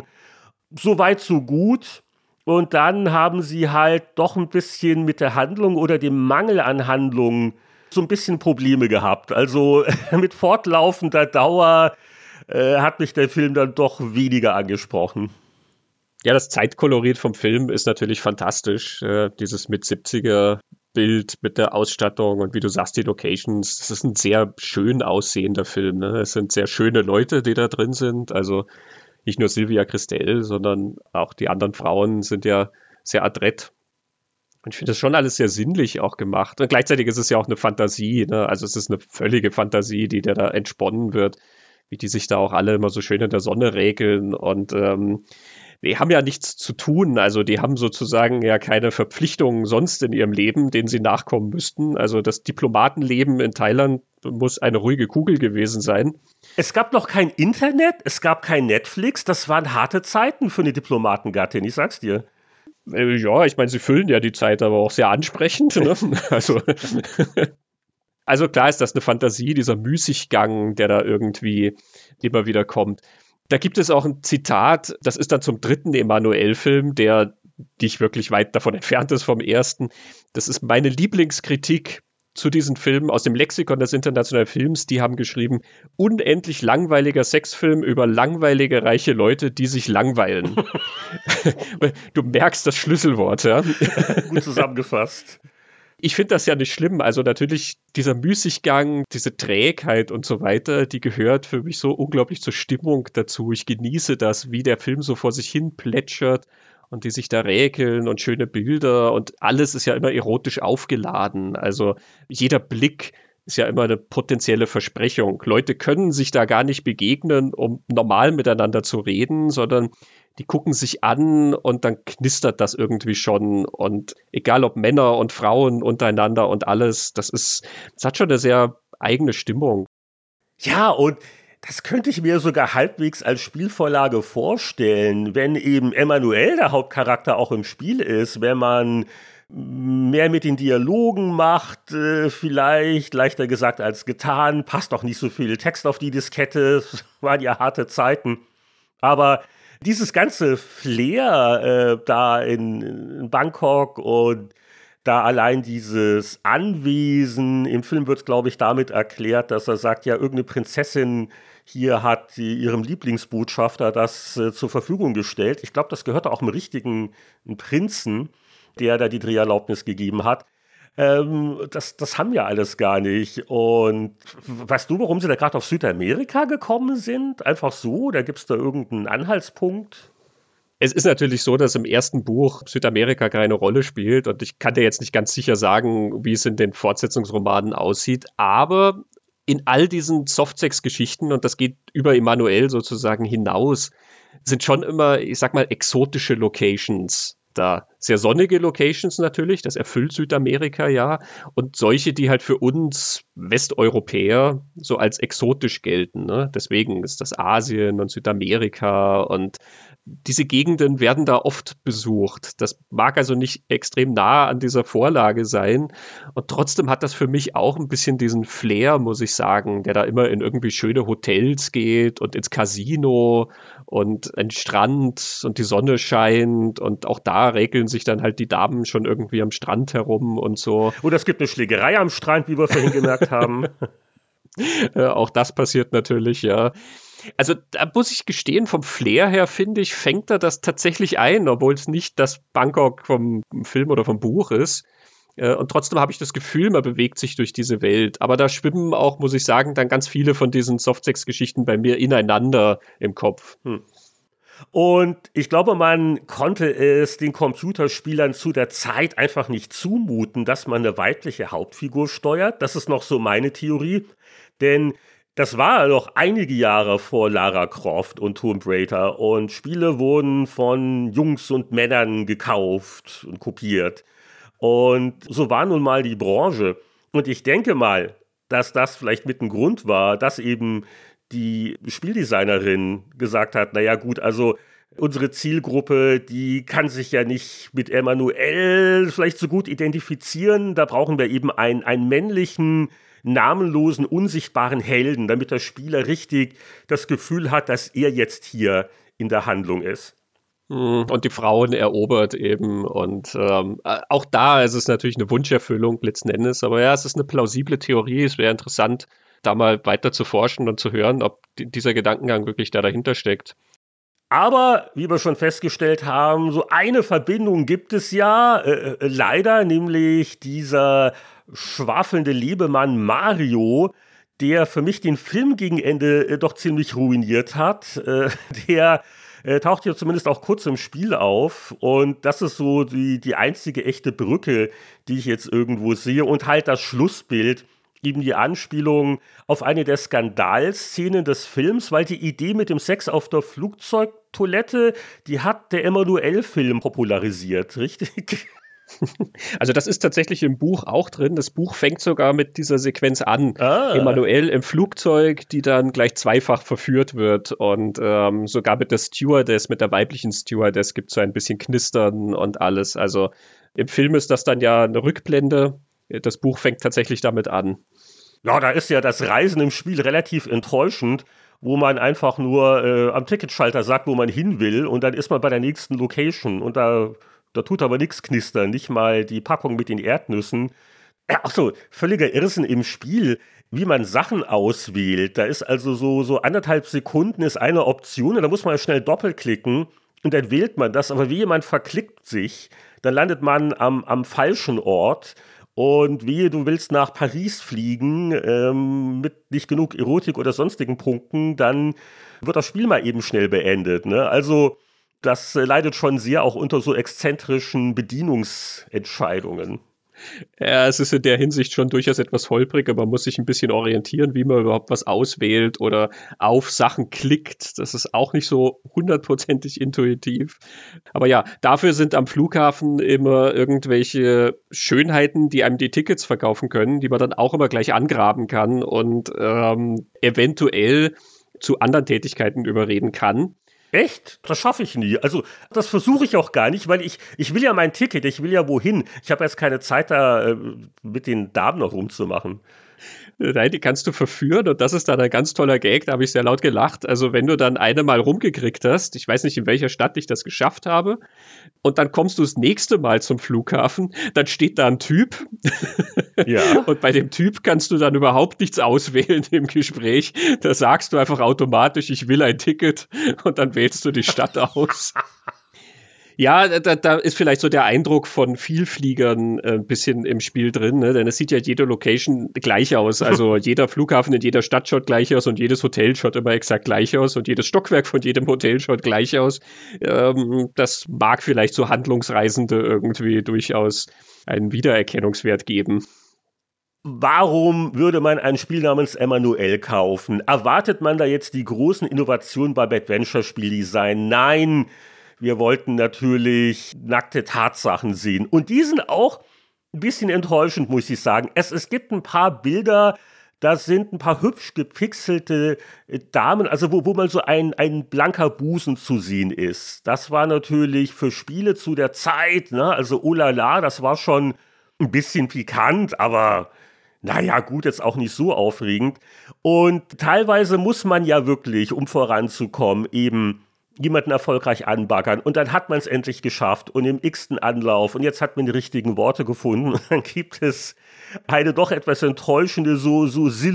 So weit, so gut. Und dann haben sie halt doch ein bisschen mit der Handlung oder dem Mangel an Handlung so ein bisschen Probleme gehabt. Also mit fortlaufender Dauer hat mich der Film dann doch weniger angesprochen. Ja, das Zeitkolorit vom Film ist natürlich fantastisch. Dieses Mit-70er-Bild mit der Ausstattung und wie du sagst, die Locations. Das ist ein sehr schön aussehender Film. Ne? Es sind sehr schöne Leute, die da drin sind. Also nicht nur Sylvia Kristel, sondern auch die anderen Frauen sind ja sehr adrett. Und ich finde das schon alles sehr sinnlich auch gemacht. Und gleichzeitig ist es ja auch eine Fantasie. Ne? Also es ist eine völlige Fantasie, die da entsponnen wird, wie die sich da auch alle immer so schön in der Sonne räkeln. Und die haben ja nichts zu tun. Also die haben sozusagen ja keine Verpflichtungen sonst in ihrem Leben, denen sie nachkommen müssten. Also das Diplomatenleben in Thailand muss eine ruhige Kugel gewesen sein. Es gab noch kein Internet, es gab kein Netflix. Das waren harte Zeiten für eine Diplomatengattin, ich sag's dir. Ja, ich meine, sie füllen ja die Zeit aber auch sehr ansprechend. Ne? Also klar ist das eine Fantasie, dieser Müßiggang, der da irgendwie immer wieder kommt. Da gibt es auch ein Zitat, das ist dann zum 3. Emanuel-Film, der nicht wirklich weit davon entfernt ist vom ersten. Das ist meine Lieblingskritik zu diesen Filmen aus dem Lexikon des internationalen Films. Die haben geschrieben, unendlich langweiliger Sexfilm über langweilige reiche Leute, die sich langweilen. Du merkst das Schlüsselwort, ja? Gut zusammengefasst. Ich finde das ja nicht schlimm. Also natürlich dieser Müßiggang, diese Trägheit und so weiter, die gehört für mich so unglaublich zur Stimmung dazu. Ich genieße das, wie der Film so vor sich hin plätschert und die sich da räkeln und schöne Bilder und alles ist ja immer erotisch aufgeladen. Also jeder Blick ist ja immer eine potenzielle Versprechung. Leute können sich da gar nicht begegnen, um normal miteinander zu reden, sondern die gucken sich an und dann knistert das irgendwie schon. Und egal ob Männer und Frauen untereinander und alles, das hat schon eine sehr eigene Stimmung. Ja, und das könnte ich mir sogar halbwegs als Spielvorlage vorstellen, wenn eben Emanuel der Hauptcharakter auch im Spiel ist, wenn man mehr mit den Dialogen macht, vielleicht, leichter gesagt als getan, passt doch nicht so viel Text auf die Diskette, es waren ja harte Zeiten. Aber dieses ganze Flair da in Bangkok und da allein dieses Anwesen, im Film wird es, glaube ich, damit erklärt, dass er sagt, ja, irgendeine Prinzessin hier hat ihrem Lieblingsbotschafter das zur Verfügung gestellt. Ich glaube, das gehört auch einem richtigen Prinzen, der da die Dreherlaubnis gegeben hat. Das haben wir alles gar nicht. Und weißt du, warum sie da gerade auf Südamerika gekommen sind? Einfach so? Oder gibt es da irgendeinen Anhaltspunkt? Es ist natürlich so, dass im ersten Buch Südamerika keine Rolle spielt und ich kann dir jetzt nicht ganz sicher sagen, wie es in den Fortsetzungsromanen aussieht, aber in all diesen Softsex-Geschichten, und das geht über Emanuel sozusagen hinaus, sind schon immer, ich sag mal, exotische Locations da sehr sonnige Locations natürlich, das erfüllt Südamerika ja, und solche, die halt für uns Westeuropäer so als exotisch gelten. Ne? Deswegen ist das Asien und Südamerika und diese Gegenden werden da oft besucht. Das mag also nicht extrem nah an dieser Vorlage sein. Und trotzdem hat das für mich auch ein bisschen diesen Flair, muss ich sagen, der da immer in irgendwie schöne Hotels geht und ins Casino und ein Strand und die Sonne scheint. Und auch da räkeln sich dann halt die Damen schon irgendwie am Strand herum und so. Oder es gibt eine Schlägerei am Strand, wie wir vorhin gemerkt haben. Auch das passiert natürlich, ja. Also da muss ich gestehen, vom Flair her, finde ich, fängt er das tatsächlich ein, obwohl es nicht das Bangkok vom Film oder vom Buch ist. Und trotzdem habe ich das Gefühl, man bewegt sich durch diese Welt. Aber da schwimmen auch, muss ich sagen, dann ganz viele von diesen Softsex-Geschichten bei mir ineinander im Kopf. Und ich glaube, man konnte es den Computerspielern zu der Zeit einfach nicht zumuten, dass man eine weibliche Hauptfigur steuert. Das ist noch so meine Theorie. Denn das war noch einige Jahre vor Lara Croft und Tomb Raider und Spiele wurden von Jungs und Männern gekauft und kopiert. Und so war nun mal die Branche. Und ich denke mal, dass das vielleicht mit ein Grund war, dass eben die Spieldesignerin gesagt hat, naja gut, also unsere Zielgruppe, die kann sich ja nicht mit Emmanuel vielleicht so gut identifizieren. Da brauchen wir eben einen männlichen, namenlosen, unsichtbaren Helden, damit der Spieler richtig das Gefühl hat, dass er jetzt hier in der Handlung ist. Und die Frauen erobert eben. Und auch da ist es natürlich eine Wunscherfüllung letzten Endes. Aber ja, es ist eine plausible Theorie. Es wäre interessant, da mal weiter zu forschen und zu hören, ob dieser Gedankengang wirklich da dahinter steckt. Aber, wie wir schon festgestellt haben, so eine Verbindung gibt es ja, leider, nämlich dieser schwafelnde Lebemann Mario, der für mich den Film gegen Ende doch ziemlich ruiniert hat. Der taucht ja zumindest auch kurz im Spiel auf und das ist so die einzige echte Brücke, die ich jetzt irgendwo sehe und halt das Schlussbild, eben die Anspielung auf eine der Skandalszenen des Films, weil die Idee mit dem Sex auf der Flugzeugtoilette, die hat der Emmanuel-Film popularisiert, richtig? Also das ist tatsächlich im Buch auch drin. Das Buch fängt sogar mit dieser Sequenz an. Emmanuel im Flugzeug, die dann gleich zweifach verführt wird. Und sogar mit der Stewardess, mit der weiblichen Stewardess gibt es so ein bisschen Knistern und alles. Also im Film ist das dann ja eine Rückblende. Das Buch fängt tatsächlich damit an. Ja, da ist ja das Reisen im Spiel relativ enttäuschend, wo man einfach nur am Ticketschalter sagt, wo man hin will und dann ist man bei der nächsten Location und da tut aber nichts knistern, nicht mal die Packung mit den Erdnüssen. Achso, völliger Irrsinn im Spiel, wie man Sachen auswählt. Da ist also so 1,5 Sekunden ist eine Option und da muss man schnell doppelklicken und dann wählt man das, aber wie jemand verklickt sich, dann landet man am falschen Ort. Und wehe, du willst nach Paris fliegen mit nicht genug Erotik oder sonstigen Punkten, dann wird das Spiel mal eben schnell beendet. Ne? Also das leidet schon sehr auch unter so exzentrischen Bedienungsentscheidungen. Ja, es ist in der Hinsicht schon durchaus etwas holprig, aber man muss sich ein bisschen orientieren, wie man überhaupt was auswählt oder auf Sachen klickt. Das ist auch nicht so 100%ig intuitiv. Aber ja, dafür sind am Flughafen immer irgendwelche Schönheiten, die einem die Tickets verkaufen können, die man dann auch immer gleich angraben kann und eventuell zu anderen Tätigkeiten überreden kann. Echt? Das schaffe ich nie. Also, das versuche ich auch gar nicht, weil ich will ja mein Ticket, ich will ja wohin. Ich habe jetzt keine Zeit, da mit den Damen noch rumzumachen. Nein, die kannst du verführen und das ist dann ein ganz toller Gag, da habe ich sehr laut gelacht. Also wenn du dann eine Mal rumgekriegt hast, ich weiß nicht, in welcher Stadt ich das geschafft habe, und dann kommst du das nächste Mal zum Flughafen, dann steht da ein Typ ja. Und bei dem Typ kannst du dann überhaupt nichts auswählen im Gespräch. Da sagst du einfach automatisch, ich will ein Ticket und dann wählst du die Stadt aus. Ja, da ist vielleicht so der Eindruck von Vielfliegern ein bisschen im Spiel drin, ne? Denn es sieht ja jede Location gleich aus. Also jeder Flughafen in jeder Stadt schaut gleich aus und jedes Hotel schaut immer exakt gleich aus und jedes Stockwerk von jedem Hotel schaut gleich aus. Das mag vielleicht so Handlungsreisende irgendwie durchaus einen Wiedererkennungswert geben. Warum würde man ein Spiel namens Emmanuel kaufen? Erwartet man da jetzt die großen Innovationen beim Adventure-Spieldesign? Nein, Wir wollten natürlich nackte Tatsachen sehen. Und die sind auch ein bisschen enttäuschend, muss ich sagen. Es gibt ein paar Bilder, da sind ein paar hübsch gepixelte Damen, also wo mal so ein blanker Busen zu sehen ist. Das war natürlich für Spiele zu der Zeit, ne? Also oh la la, das war schon ein bisschen pikant, aber naja, gut, jetzt auch nicht so aufregend. Und teilweise muss man ja wirklich, um voranzukommen, eben jemanden erfolgreich anbaggern. Und dann hat man es endlich geschafft und im x-ten Anlauf. Und jetzt hat man die richtigen Worte gefunden. Und dann gibt es eine doch etwas enttäuschende so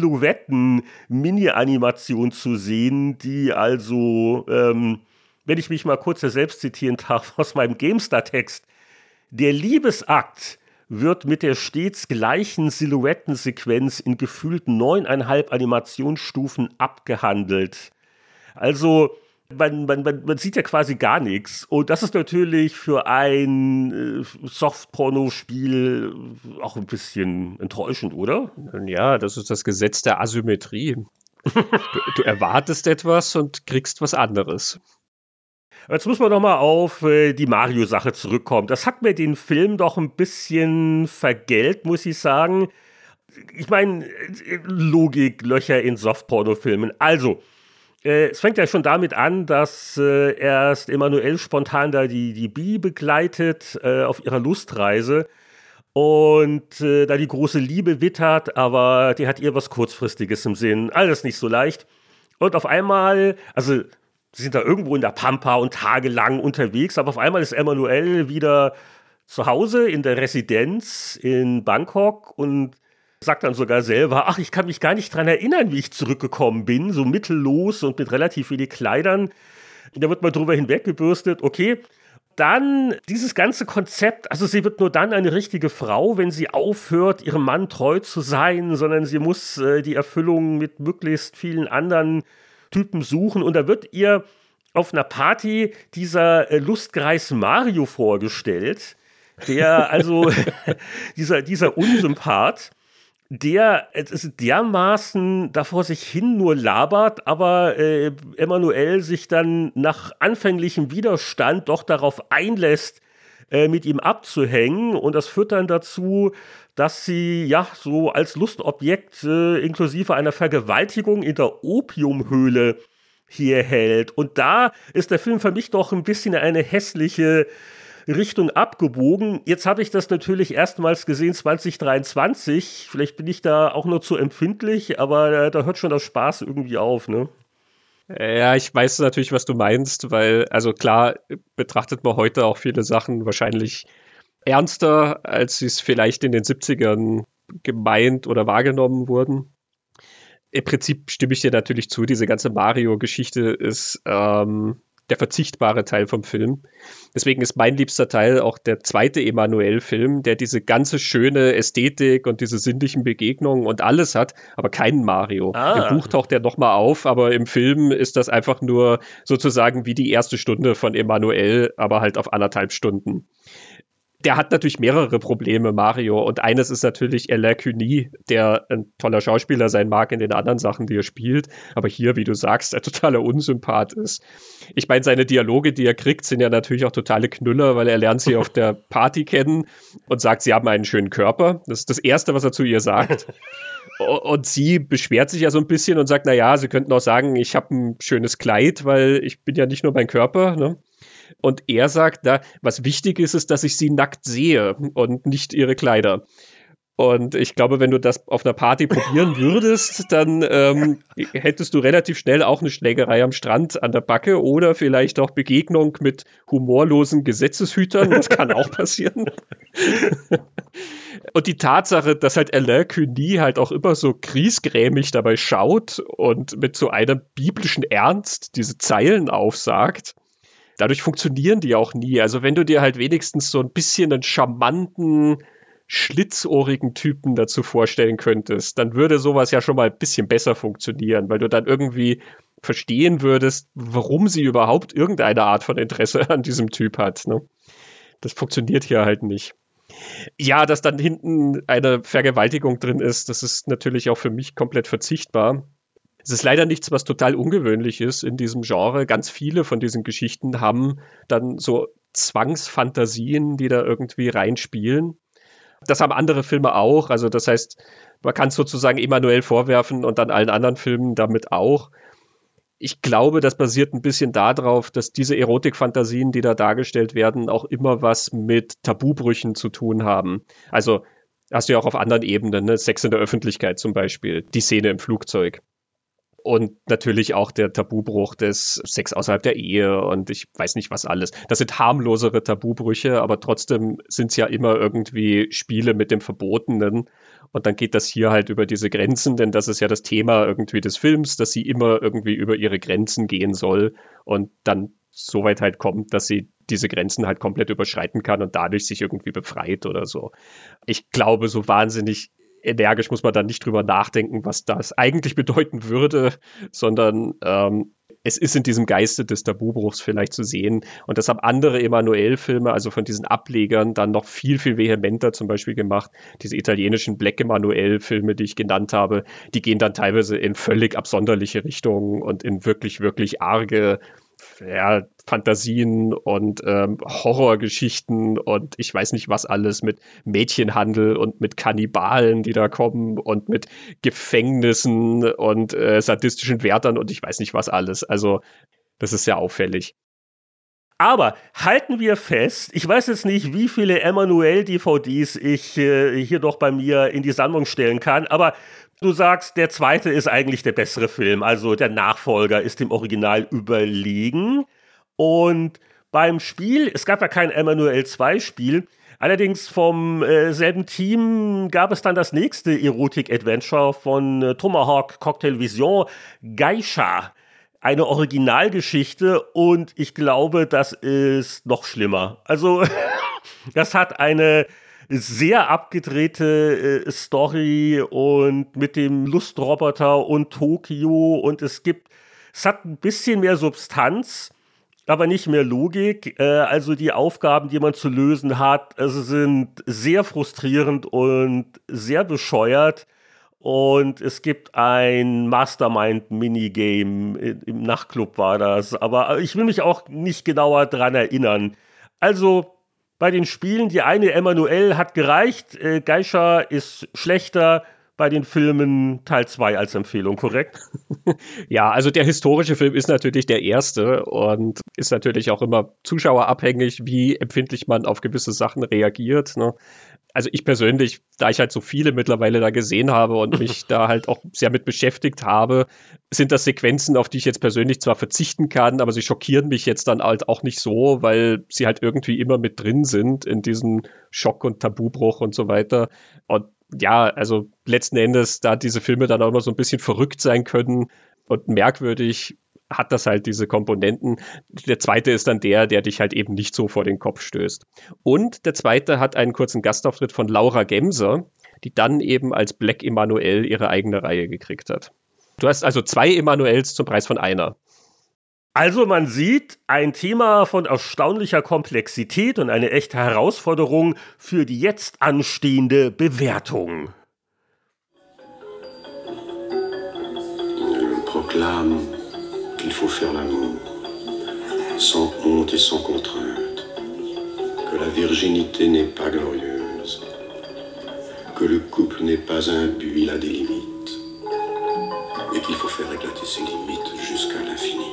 Silhouetten-Mini-Animation zu sehen, die also, wenn ich mich mal kurz selbst zitieren darf aus meinem GameStar-Text, der Liebesakt wird mit der stets gleichen Silhouettensequenz in gefühlten 9,5 Animationsstufen abgehandelt. Also man sieht ja quasi gar nichts. Und das ist natürlich für ein Soft-Porno-Spiel auch ein bisschen enttäuschend, oder? Ja, das ist das Gesetz der Asymmetrie. Du erwartest etwas und kriegst was anderes. Jetzt muss man noch mal auf die Mario-Sache zurückkommen. Das hat mir den Film doch ein bisschen vergällt, muss ich sagen. Ich meine, Logiklöcher in Soft-Porno-Filmen. Also, es fängt ja schon damit an, dass erst Emanuelle spontan da die Bi begleitet auf ihrer Lustreise und da die große Liebe wittert, aber die hat ihr was Kurzfristiges im Sinn. Alles nicht so leicht. Und auf einmal, also sie sind da irgendwo in der Pampa und tagelang unterwegs, aber auf einmal ist Emanuelle wieder zu Hause in der Residenz in Bangkok und sagt dann sogar selber, ach, ich kann mich gar nicht dran erinnern, wie ich zurückgekommen bin, so mittellos und mit relativ wenig Kleidern. Da wird mal drüber hinweggebürstet, okay. Dann dieses ganze Konzept, also sie wird nur dann eine richtige Frau, wenn sie aufhört, ihrem Mann treu zu sein, sondern sie muss die Erfüllung mit möglichst vielen anderen Typen suchen. Und da wird ihr auf einer Party dieser Lustgreis Mario vorgestellt, der also, dieser Unsympath, der dermaßen da vor sich hin nur labert, aber Emanuelle sich dann nach anfänglichem Widerstand doch darauf einlässt, mit ihm abzuhängen. Und das führt dann dazu, dass sie ja so als Lustobjekt inklusive einer Vergewaltigung in der Opiumhöhle hier hält. Und da ist der Film für mich doch ein bisschen eine hässliche Richtung abgebogen. Jetzt habe ich das natürlich erstmals gesehen 2023. Vielleicht bin ich da auch nur zu empfindlich, aber da hört schon das Spaß irgendwie auf, ne? Ja, ich weiß natürlich, was du meinst, weil, also klar, betrachtet man heute auch viele Sachen wahrscheinlich ernster, als sie es vielleicht in den 70ern gemeint oder wahrgenommen wurden. Im Prinzip stimme ich dir natürlich zu, diese ganze Mario-Geschichte ist der verzichtbare Teil vom Film. Deswegen ist mein liebster Teil auch der zweite Emanuelle-Film, der diese ganze schöne Ästhetik und diese sinnlichen Begegnungen und alles hat, aber keinen Mario. Im Buch taucht er nochmal auf, aber im Film ist das einfach nur sozusagen wie die erste Stunde von Emanuelle, aber halt auf 1,5 Stunden. Der hat natürlich mehrere Probleme, Mario. Und eines ist natürlich Alain Cuny, der ein toller Schauspieler sein mag in den anderen Sachen, die er spielt. Aber hier, wie du sagst, ein totaler Unsympath ist. Ich meine, seine Dialoge, die er kriegt, sind ja natürlich auch totale Knüller, weil er lernt sie auf der Party kennen und sagt, sie haben einen schönen Körper. Das ist das Erste, was er zu ihr sagt. Und sie beschwert sich ja so ein bisschen und sagt, naja, sie könnten auch sagen, ich habe ein schönes Kleid, weil ich bin ja nicht nur mein Körper, ne? Und er sagt, da, was wichtig ist, ist, dass ich sie nackt sehe und nicht ihre Kleider. Und ich glaube, wenn du das auf einer Party probieren würdest, dann hättest du relativ schnell auch eine Schlägerei am Strand an der Backe oder vielleicht auch Begegnung mit humorlosen Gesetzeshütern. Das kann auch passieren. Und die Tatsache, dass halt Alain Cuny halt auch immer so griesgrämig dabei schaut und mit so einem biblischen Ernst diese Zeilen aufsagt, dadurch funktionieren die auch nie. Also wenn du dir halt wenigstens so ein bisschen einen charmanten, schlitzohrigen Typen dazu vorstellen könntest, dann würde sowas ja schon mal ein bisschen besser funktionieren, weil du dann irgendwie verstehen würdest, warum sie überhaupt irgendeine Art von Interesse an diesem Typ hat, ne? Das funktioniert hier halt nicht. Ja, dass dann hinten eine Vergewaltigung drin ist, das ist natürlich auch für mich komplett verzichtbar. Es ist leider nichts, was total ungewöhnlich ist in diesem Genre. Ganz viele von diesen Geschichten haben dann so Zwangsfantasien, die da irgendwie reinspielen. Das haben andere Filme auch. Also das heißt, man kann es sozusagen Emanuelle vorwerfen und dann allen anderen Filmen damit auch. Ich glaube, das basiert ein bisschen darauf, dass diese Erotikfantasien, die da dargestellt werden, auch immer was mit Tabubrüchen zu tun haben. Also hast du ja auch auf anderen Ebenen, ne? Sex in der Öffentlichkeit zum Beispiel, die Szene im Flugzeug. Und natürlich auch der Tabubruch des Sex außerhalb der Ehe und ich weiß nicht was alles. Das sind harmlosere Tabubrüche, aber trotzdem sind es ja immer irgendwie Spiele mit dem Verbotenen. Und dann geht das hier halt über diese Grenzen, denn das ist ja das Thema irgendwie des Films, dass sie immer irgendwie über ihre Grenzen gehen soll und dann so weit halt kommt, dass sie diese Grenzen halt komplett überschreiten kann und dadurch sich irgendwie befreit oder so. Ich glaube, so wahnsinnig energisch muss man dann nicht drüber nachdenken, was das eigentlich bedeuten würde, sondern es ist in diesem Geiste des Tabubruchs vielleicht zu sehen. Und das haben andere Emanuelle-Filme, also von diesen Ablegern, dann noch viel, viel vehementer zum Beispiel gemacht. Diese italienischen Black Emanuelle-Filme, die ich genannt habe, die gehen dann teilweise in völlig absonderliche Richtungen und in wirklich, wirklich arge Fantasien und Horrorgeschichten und ich weiß nicht was alles mit Mädchenhandel und mit Kannibalen, die da kommen und mit Gefängnissen und sadistischen Wärtern und ich weiß nicht was alles. Also das ist sehr auffällig. Aber halten wir fest, ich weiß jetzt nicht, wie viele Emanuelle-DVDs ich hier noch bei mir in die Sammlung stellen kann, aber du sagst, der zweite ist eigentlich der bessere Film, also der Nachfolger ist dem Original überlegen. Und beim Spiel, es gab ja kein Emanuelle 2 Spiel, allerdings vom selben Team gab es dann das nächste Erotik-Adventure von Tomahawk Cocktail Vision, Geisha. Eine Originalgeschichte und ich glaube, das ist noch schlimmer. Also das hat eine sehr abgedrehte Story und mit dem Lustroboter und Tokio und es hat ein bisschen mehr Substanz, aber nicht mehr Logik. Also die Aufgaben, die man zu lösen hat, sind sehr frustrierend und sehr bescheuert. Und es gibt ein Mastermind-Minigame, im Nachtclub war das, aber ich will mich auch nicht genauer dran erinnern. Also bei den Spielen, die eine Emanuelle hat gereicht, Geisha ist schlechter, bei den Filmen Teil 2 als Empfehlung, korrekt? Ja, also der historische Film ist natürlich der erste und ist natürlich auch immer zuschauerabhängig, wie empfindlich man auf gewisse Sachen reagiert, ne? Also ich persönlich, da ich halt so viele mittlerweile da gesehen habe und mich da halt auch sehr mit beschäftigt habe, sind das Sequenzen, auf die ich jetzt persönlich zwar verzichten kann, aber sie schockieren mich jetzt dann halt auch nicht so, weil sie halt irgendwie immer mit drin sind in diesem Schock und Tabubruch und so weiter. Und ja, also letzten Endes, da diese Filme dann auch immer so ein bisschen verrückt sein können und merkwürdig, hat das halt diese Komponenten. Der zweite ist dann der dich halt eben nicht so vor den Kopf stößt. Und der zweite hat einen kurzen Gastauftritt von Laura Gemser, die dann eben als Black Emanuelle ihre eigene Reihe gekriegt hat. Du hast also 2 Emanuelles zum Preis von einer. Also man sieht, ein Thema von erstaunlicher Komplexität und eine echte Herausforderung für die jetzt anstehende Bewertung. Proclame qu'il faut faire l'amour, sans honte et sans contrainte, que la virginité n'est pas glorieuse, que le couple n'est pas un but, il a des limites, et qu'il faut faire éclater ces limites jusqu'à l'infini.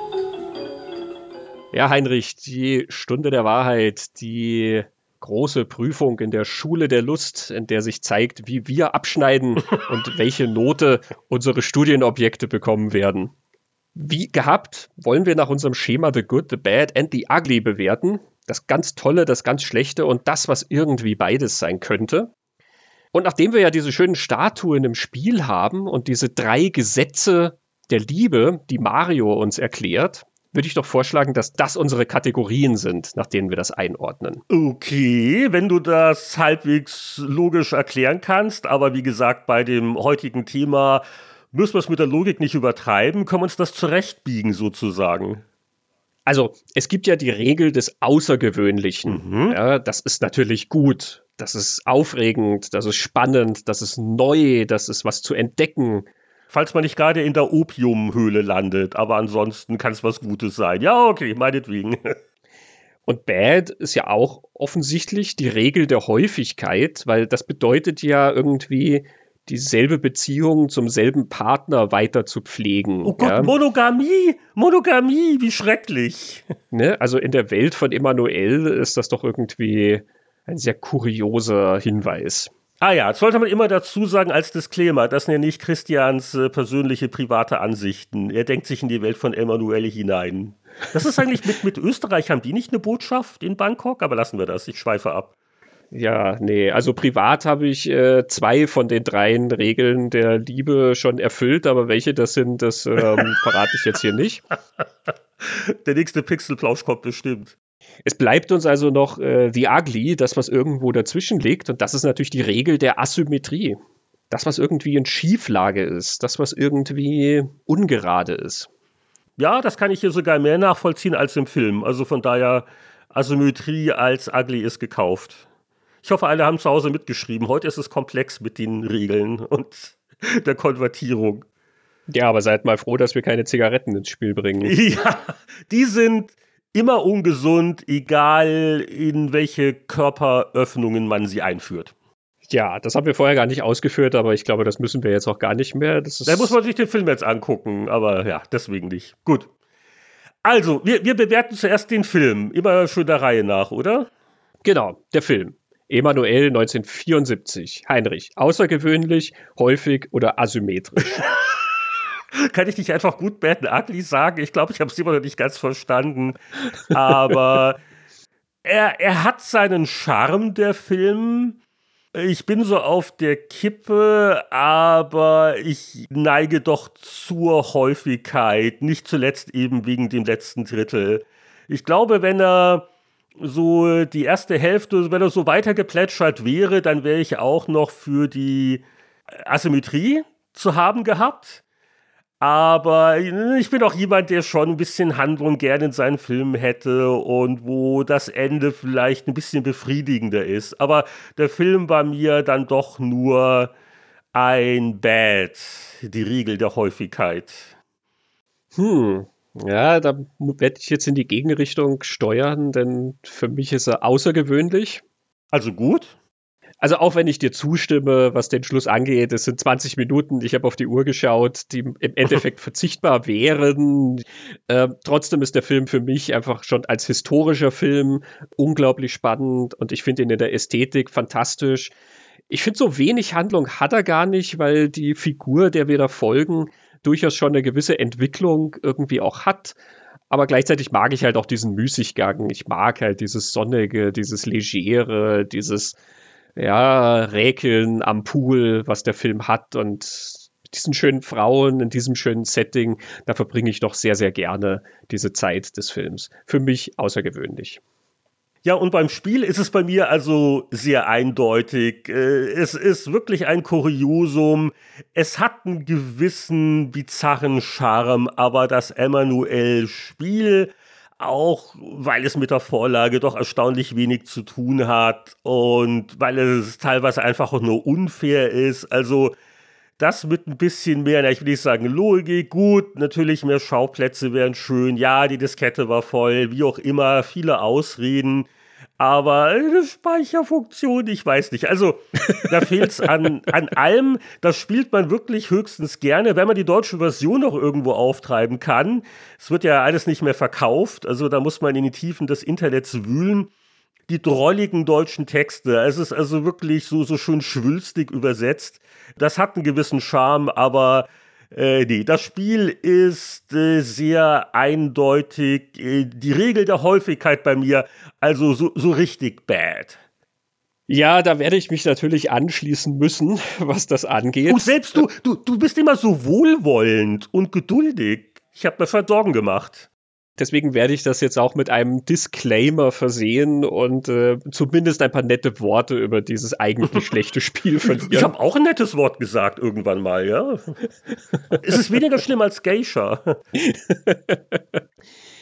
Ja, Heinrich, die Stunde der Wahrheit, die große Prüfung in der Schule der Lust, in der sich zeigt, wie wir abschneiden und welche Note unsere Studienobjekte bekommen werden. Wie gehabt, wollen wir nach unserem Schema The Good, The Bad and The Ugly bewerten. Das ganz Tolle, das ganz Schlechte und das, was irgendwie beides sein könnte. Und nachdem wir ja diese schönen Statuen im Spiel haben und diese 3 Gesetze der Liebe, die Mario uns erklärt, würde ich doch vorschlagen, dass das unsere Kategorien sind, nach denen wir das einordnen. Okay, wenn du das halbwegs logisch erklären kannst, aber wie gesagt, bei dem heutigen Thema müssen wir es mit der Logik nicht übertreiben, können wir uns das zurechtbiegen sozusagen. Also, es gibt ja die Regel des Außergewöhnlichen. Ja, das ist natürlich gut, das ist aufregend, das ist spannend, das ist neu, das ist was zu entdecken. Falls man nicht gerade in der Opiumhöhle landet, aber ansonsten kann es was Gutes sein. Ja, okay, meinetwegen. Und Bad ist ja auch offensichtlich die Regel der Häufigkeit, weil das bedeutet ja irgendwie, dieselbe Beziehung zum selben Partner weiter zu pflegen. Oh Gott, ja? Monogamie, wie schrecklich. Ne? Also in der Welt von Emanuel ist das doch irgendwie ein sehr kurioser Hinweis. Ah ja, das sollte man immer dazu sagen als Disclaimer, das sind ja nicht Christians persönliche, private Ansichten. Er denkt sich in die Welt von Emanuel hinein. Das ist eigentlich mit Österreich, haben die nicht eine Botschaft in Bangkok? Aber lassen wir das, ich schweife ab. Ja, nee, also privat habe ich 2 von den 3 Regeln der Liebe schon erfüllt, aber welche das sind, das verrate ich jetzt hier nicht. Der nächste Pixelplausch kommt bestimmt. Es bleibt uns also noch The Ugly, das, was irgendwo dazwischen liegt, und das ist natürlich die Regel der Asymmetrie. Das, was irgendwie in Schieflage ist, das, was irgendwie ungerade ist. Ja, das kann ich hier sogar mehr nachvollziehen als im Film. Also von daher, Asymmetrie als Ugly ist gekauft. Ich hoffe, alle haben zu Hause mitgeschrieben. Heute ist es komplex mit den Regeln und der Konvertierung. Ja, aber seid mal froh, dass wir keine Zigaretten ins Spiel bringen. Ja, die sind immer ungesund, egal in welche Körperöffnungen man sie einführt. Ja, das haben wir vorher gar nicht ausgeführt, aber ich glaube, das müssen wir jetzt auch gar nicht mehr. Da muss man sich den Film jetzt angucken, aber ja, deswegen nicht. Gut. Also, wir bewerten zuerst den Film. Immer schön der Reihe nach, oder? Genau, der Film. Emanuel 1974. Heinrich, außergewöhnlich, häufig oder asymmetrisch? Kann ich nicht einfach gut Bad and Ugly sagen? Ich glaube, ich habe es immer noch nicht ganz verstanden. Aber er hat seinen Charme, der Film. Ich bin so auf der Kippe, aber ich neige doch zur Häufigkeit. Nicht zuletzt eben wegen dem letzten Drittel. Ich glaube, wenn er so die erste Hälfte, wenn er so weiter geplätschert wäre, dann wäre ich auch noch für die Asymmetrie zu haben gehabt. Aber ich bin auch jemand, der schon ein bisschen Handlung gerne in seinen Filmen hätte und wo das Ende vielleicht ein bisschen befriedigender ist. Aber der Film war mir dann doch nur ein Bad, die Regel der Häufigkeit. Ja, da werde ich jetzt in die Gegenrichtung steuern, denn für mich ist er außergewöhnlich. Also gut? Also auch wenn ich dir zustimme, was den Schluss angeht, es sind 20 Minuten, ich habe auf die Uhr geschaut, die im Endeffekt verzichtbar wären. Trotzdem ist der Film für mich einfach schon als historischer Film unglaublich spannend und ich finde ihn in der Ästhetik fantastisch. Ich finde, so wenig Handlung hat er gar nicht, weil die Figur, der wir da folgen, durchaus schon eine gewisse Entwicklung irgendwie auch hat. Aber gleichzeitig mag ich halt auch diesen Müßiggang. Ich mag halt dieses Sonnige, dieses Legere, dieses Räkeln am Pool, was der Film hat. Und mit diesen schönen Frauen in diesem schönen Setting, da verbringe ich doch sehr, sehr gerne diese Zeit des Films. Für mich außergewöhnlich. Ja, und beim Spiel ist es bei mir also sehr eindeutig. Es ist wirklich ein Kuriosum. Es hat einen gewissen bizarren Charme, aber das Emanuel-Spiel, auch weil es mit der Vorlage doch erstaunlich wenig zu tun hat und weil es teilweise einfach auch nur unfair ist. Also das mit ein bisschen mehr, ich will nicht sagen Logik, gut, natürlich mehr Schauplätze wären schön, ja, die Diskette war voll, wie auch immer, viele Ausreden, aber eine Speicherfunktion, ich weiß nicht. Also da fehlt es an allem, das spielt man wirklich höchstens gerne, wenn man die deutsche Version noch irgendwo auftreiben kann. Es wird ja alles nicht mehr verkauft, also da muss man in die Tiefen des Internets wühlen. Die drolligen deutschen Texte, es ist also wirklich so schön schwülstig übersetzt. Das hat einen gewissen Charme, aber nee, das Spiel ist sehr eindeutig. Die Regel der Häufigkeit bei mir, also so richtig bad. Ja, da werde ich mich natürlich anschließen müssen, was das angeht. Und selbst du bist immer so wohlwollend und geduldig. Ich habe mir Sorgen gemacht. Deswegen werde ich das jetzt auch mit einem Disclaimer versehen und zumindest ein paar nette Worte über dieses eigentlich schlechte Spiel verlieren. Ich habe auch ein nettes Wort gesagt irgendwann mal, ja. Es ist weniger schlimm als Geisha.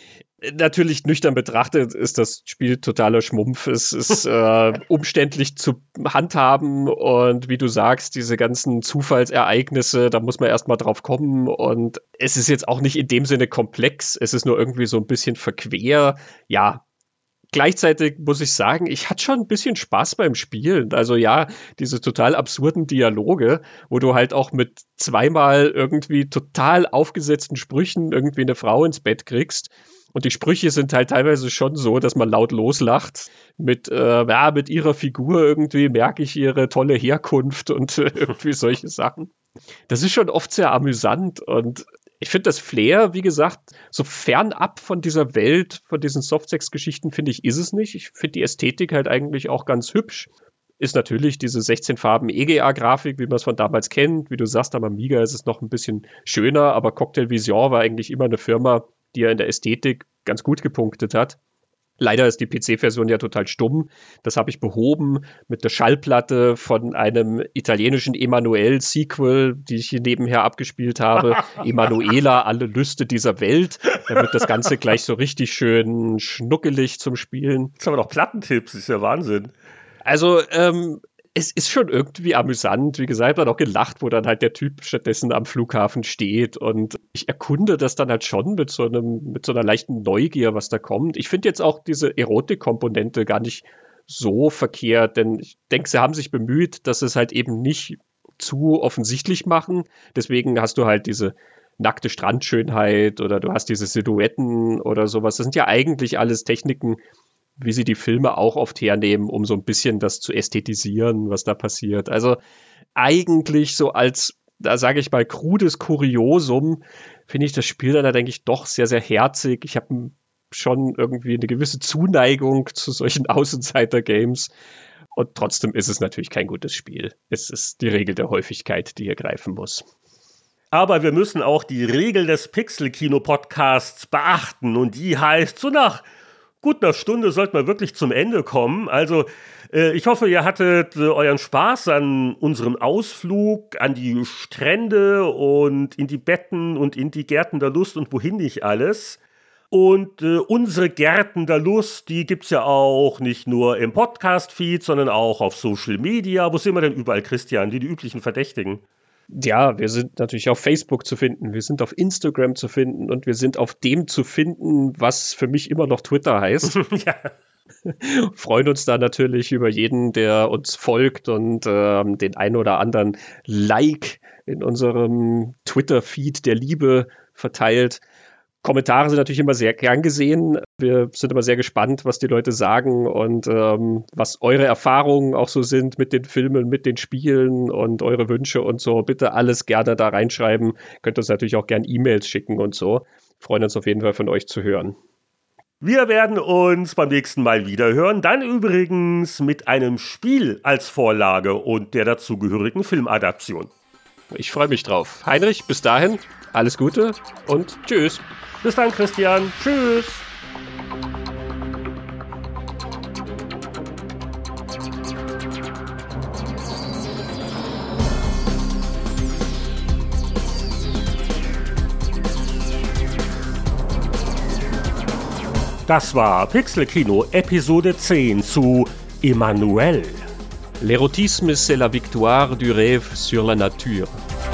Natürlich nüchtern betrachtet ist das Spiel totaler Schmumpf. Es ist umständlich zu handhaben und wie du sagst, diese ganzen Zufallsereignisse, da muss man erstmal drauf kommen und es ist jetzt auch nicht in dem Sinne komplex, es ist nur irgendwie so ein bisschen verquer. Ja, gleichzeitig muss ich sagen, ich hatte schon ein bisschen Spaß beim Spielen. Also ja, diese total absurden Dialoge, wo du halt auch mit zweimal irgendwie total aufgesetzten Sprüchen irgendwie eine Frau ins Bett kriegst. Und die Sprüche sind halt teilweise schon so, dass man laut loslacht. Mit ihrer Figur irgendwie merke ich ihre tolle Herkunft und irgendwie solche Sachen. Das ist schon oft sehr amüsant und ich finde das Flair, wie gesagt, so fernab von dieser Welt, von diesen Softsex-Geschichten, finde ich, ist es nicht. Ich finde die Ästhetik halt eigentlich auch ganz hübsch. Ist natürlich diese 16 Farben EGA-Grafik, wie man es von damals kennt. Wie du sagst, am Amiga ist es noch ein bisschen schöner, aber Cocktail Vision war eigentlich immer eine Firma, die ja in der Ästhetik ganz gut gepunktet hat. Leider ist die PC-Version ja total stumm. Das habe ich behoben mit der Schallplatte von einem italienischen Emanuel-Sequel, die ich hier nebenher abgespielt habe. Emanuela, alle Lüste dieser Welt. Da wird das Ganze gleich so richtig schön schnuckelig zum Spielen. Jetzt haben wir noch Plattentipps, das ist ja Wahnsinn. Also, es ist schon irgendwie amüsant. Wie gesagt, hat auch gelacht, wo dann halt der Typ stattdessen am Flughafen steht. Und ich erkunde das dann halt schon mit so einer leichten Neugier, was da kommt. Ich finde jetzt auch diese Erotik-Komponente gar nicht so verkehrt, denn ich denke, sie haben sich bemüht, dass es halt eben nicht zu offensichtlich machen. Deswegen hast du halt diese nackte Strandschönheit oder du hast diese Silhouetten oder sowas. Das sind ja eigentlich alles Techniken, wie sie die Filme auch oft hernehmen, um so ein bisschen das zu ästhetisieren, was da passiert. Also eigentlich so als, da sage ich mal, krudes Kuriosum, finde ich das Spiel dann, denke ich, doch sehr, sehr herzig. Ich habe schon irgendwie eine gewisse Zuneigung zu solchen Außenseiter-Games. Und trotzdem ist es natürlich kein gutes Spiel. Es ist die Regel der Häufigkeit, die hier greifen muss. Aber wir müssen auch die Regel des Pixel-Kino-Podcasts beachten. Und die heißt, so nach gut einer Stunde sollten wir wirklich zum Ende kommen. Also ich hoffe, ihr hattet euren Spaß an unserem Ausflug, an die Strände und in die Betten und in die Gärten der Lust und wohin nicht alles. Und unsere Gärten der Lust, die gibt's ja auch nicht nur im Podcast-Feed, sondern auch auf Social Media. Wo sind wir denn überall, Christian? Die üblichen Verdächtigen. Ja, wir sind natürlich auf Facebook zu finden, wir sind auf Instagram zu finden und wir sind auf dem zu finden, was für mich immer noch Twitter heißt. Ja. Freuen uns da natürlich über jeden, der uns folgt und den ein oder anderen Like in unserem Twitter-Feed der Liebe verteilt. Kommentare sind natürlich immer sehr gern gesehen. Wir sind immer sehr gespannt, was die Leute sagen und was eure Erfahrungen auch so sind mit den Filmen, mit den Spielen und eure Wünsche und so. Bitte alles gerne da reinschreiben. Könnt uns natürlich auch gern E-Mails schicken und so. Freuen uns auf jeden Fall von euch zu hören. Wir werden uns beim nächsten Mal wieder hören. Dann übrigens mit einem Spiel als Vorlage und der dazugehörigen Filmadaption. Ich freue mich drauf. Heinrich, bis dahin, alles Gute und tschüss. Bis dann, Christian. Tschüss. Das war Pixel-Kino Episode 10 zu Emmanuel. L'érotisme, c'est la victoire du rêve sur la nature.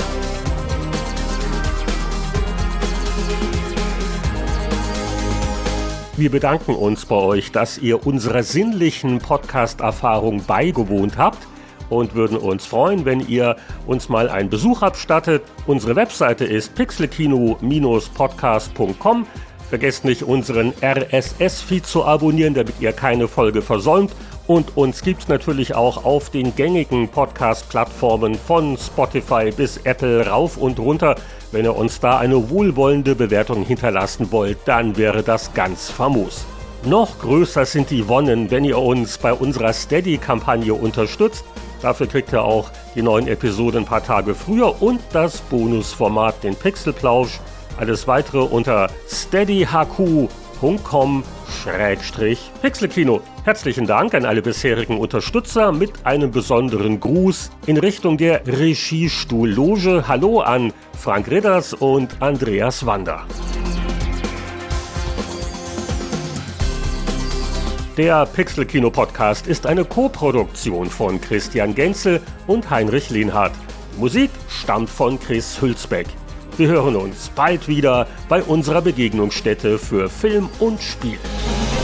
Wir bedanken uns bei euch, dass ihr unserer sinnlichen Podcast-Erfahrung beigewohnt habt und würden uns freuen, wenn ihr uns mal einen Besuch abstattet. Unsere Webseite ist pixelkino-podcast.com. Vergesst nicht, unseren RSS-Feed zu abonnieren, damit ihr keine Folge versäumt. Und uns gibt es natürlich auch auf den gängigen Podcast-Plattformen von Spotify bis Apple rauf und runter. Wenn ihr uns da eine wohlwollende Bewertung hinterlassen wollt, dann wäre das ganz famos. Noch größer sind die Wonnen, wenn ihr uns bei unserer Steady-Kampagne unterstützt. Dafür kriegt ihr auch die neuen Episoden ein paar Tage früher und das Bonusformat, den Pixelplausch. Alles weitere unter steadyhq.com/Pixelkino. Herzlichen Dank an alle bisherigen Unterstützer mit einem besonderen Gruß in Richtung der Regiestuhl-Loge. Hallo an Frank Ridders und Andreas Wander. Der Pixel-Kino-Podcast ist eine Co-Produktion von Christian Genzel und Heinrich Lehnhardt. Musik stammt von Chris Hülsbeck. Wir hören uns bald wieder bei unserer Begegnungsstätte für Film und Spiel.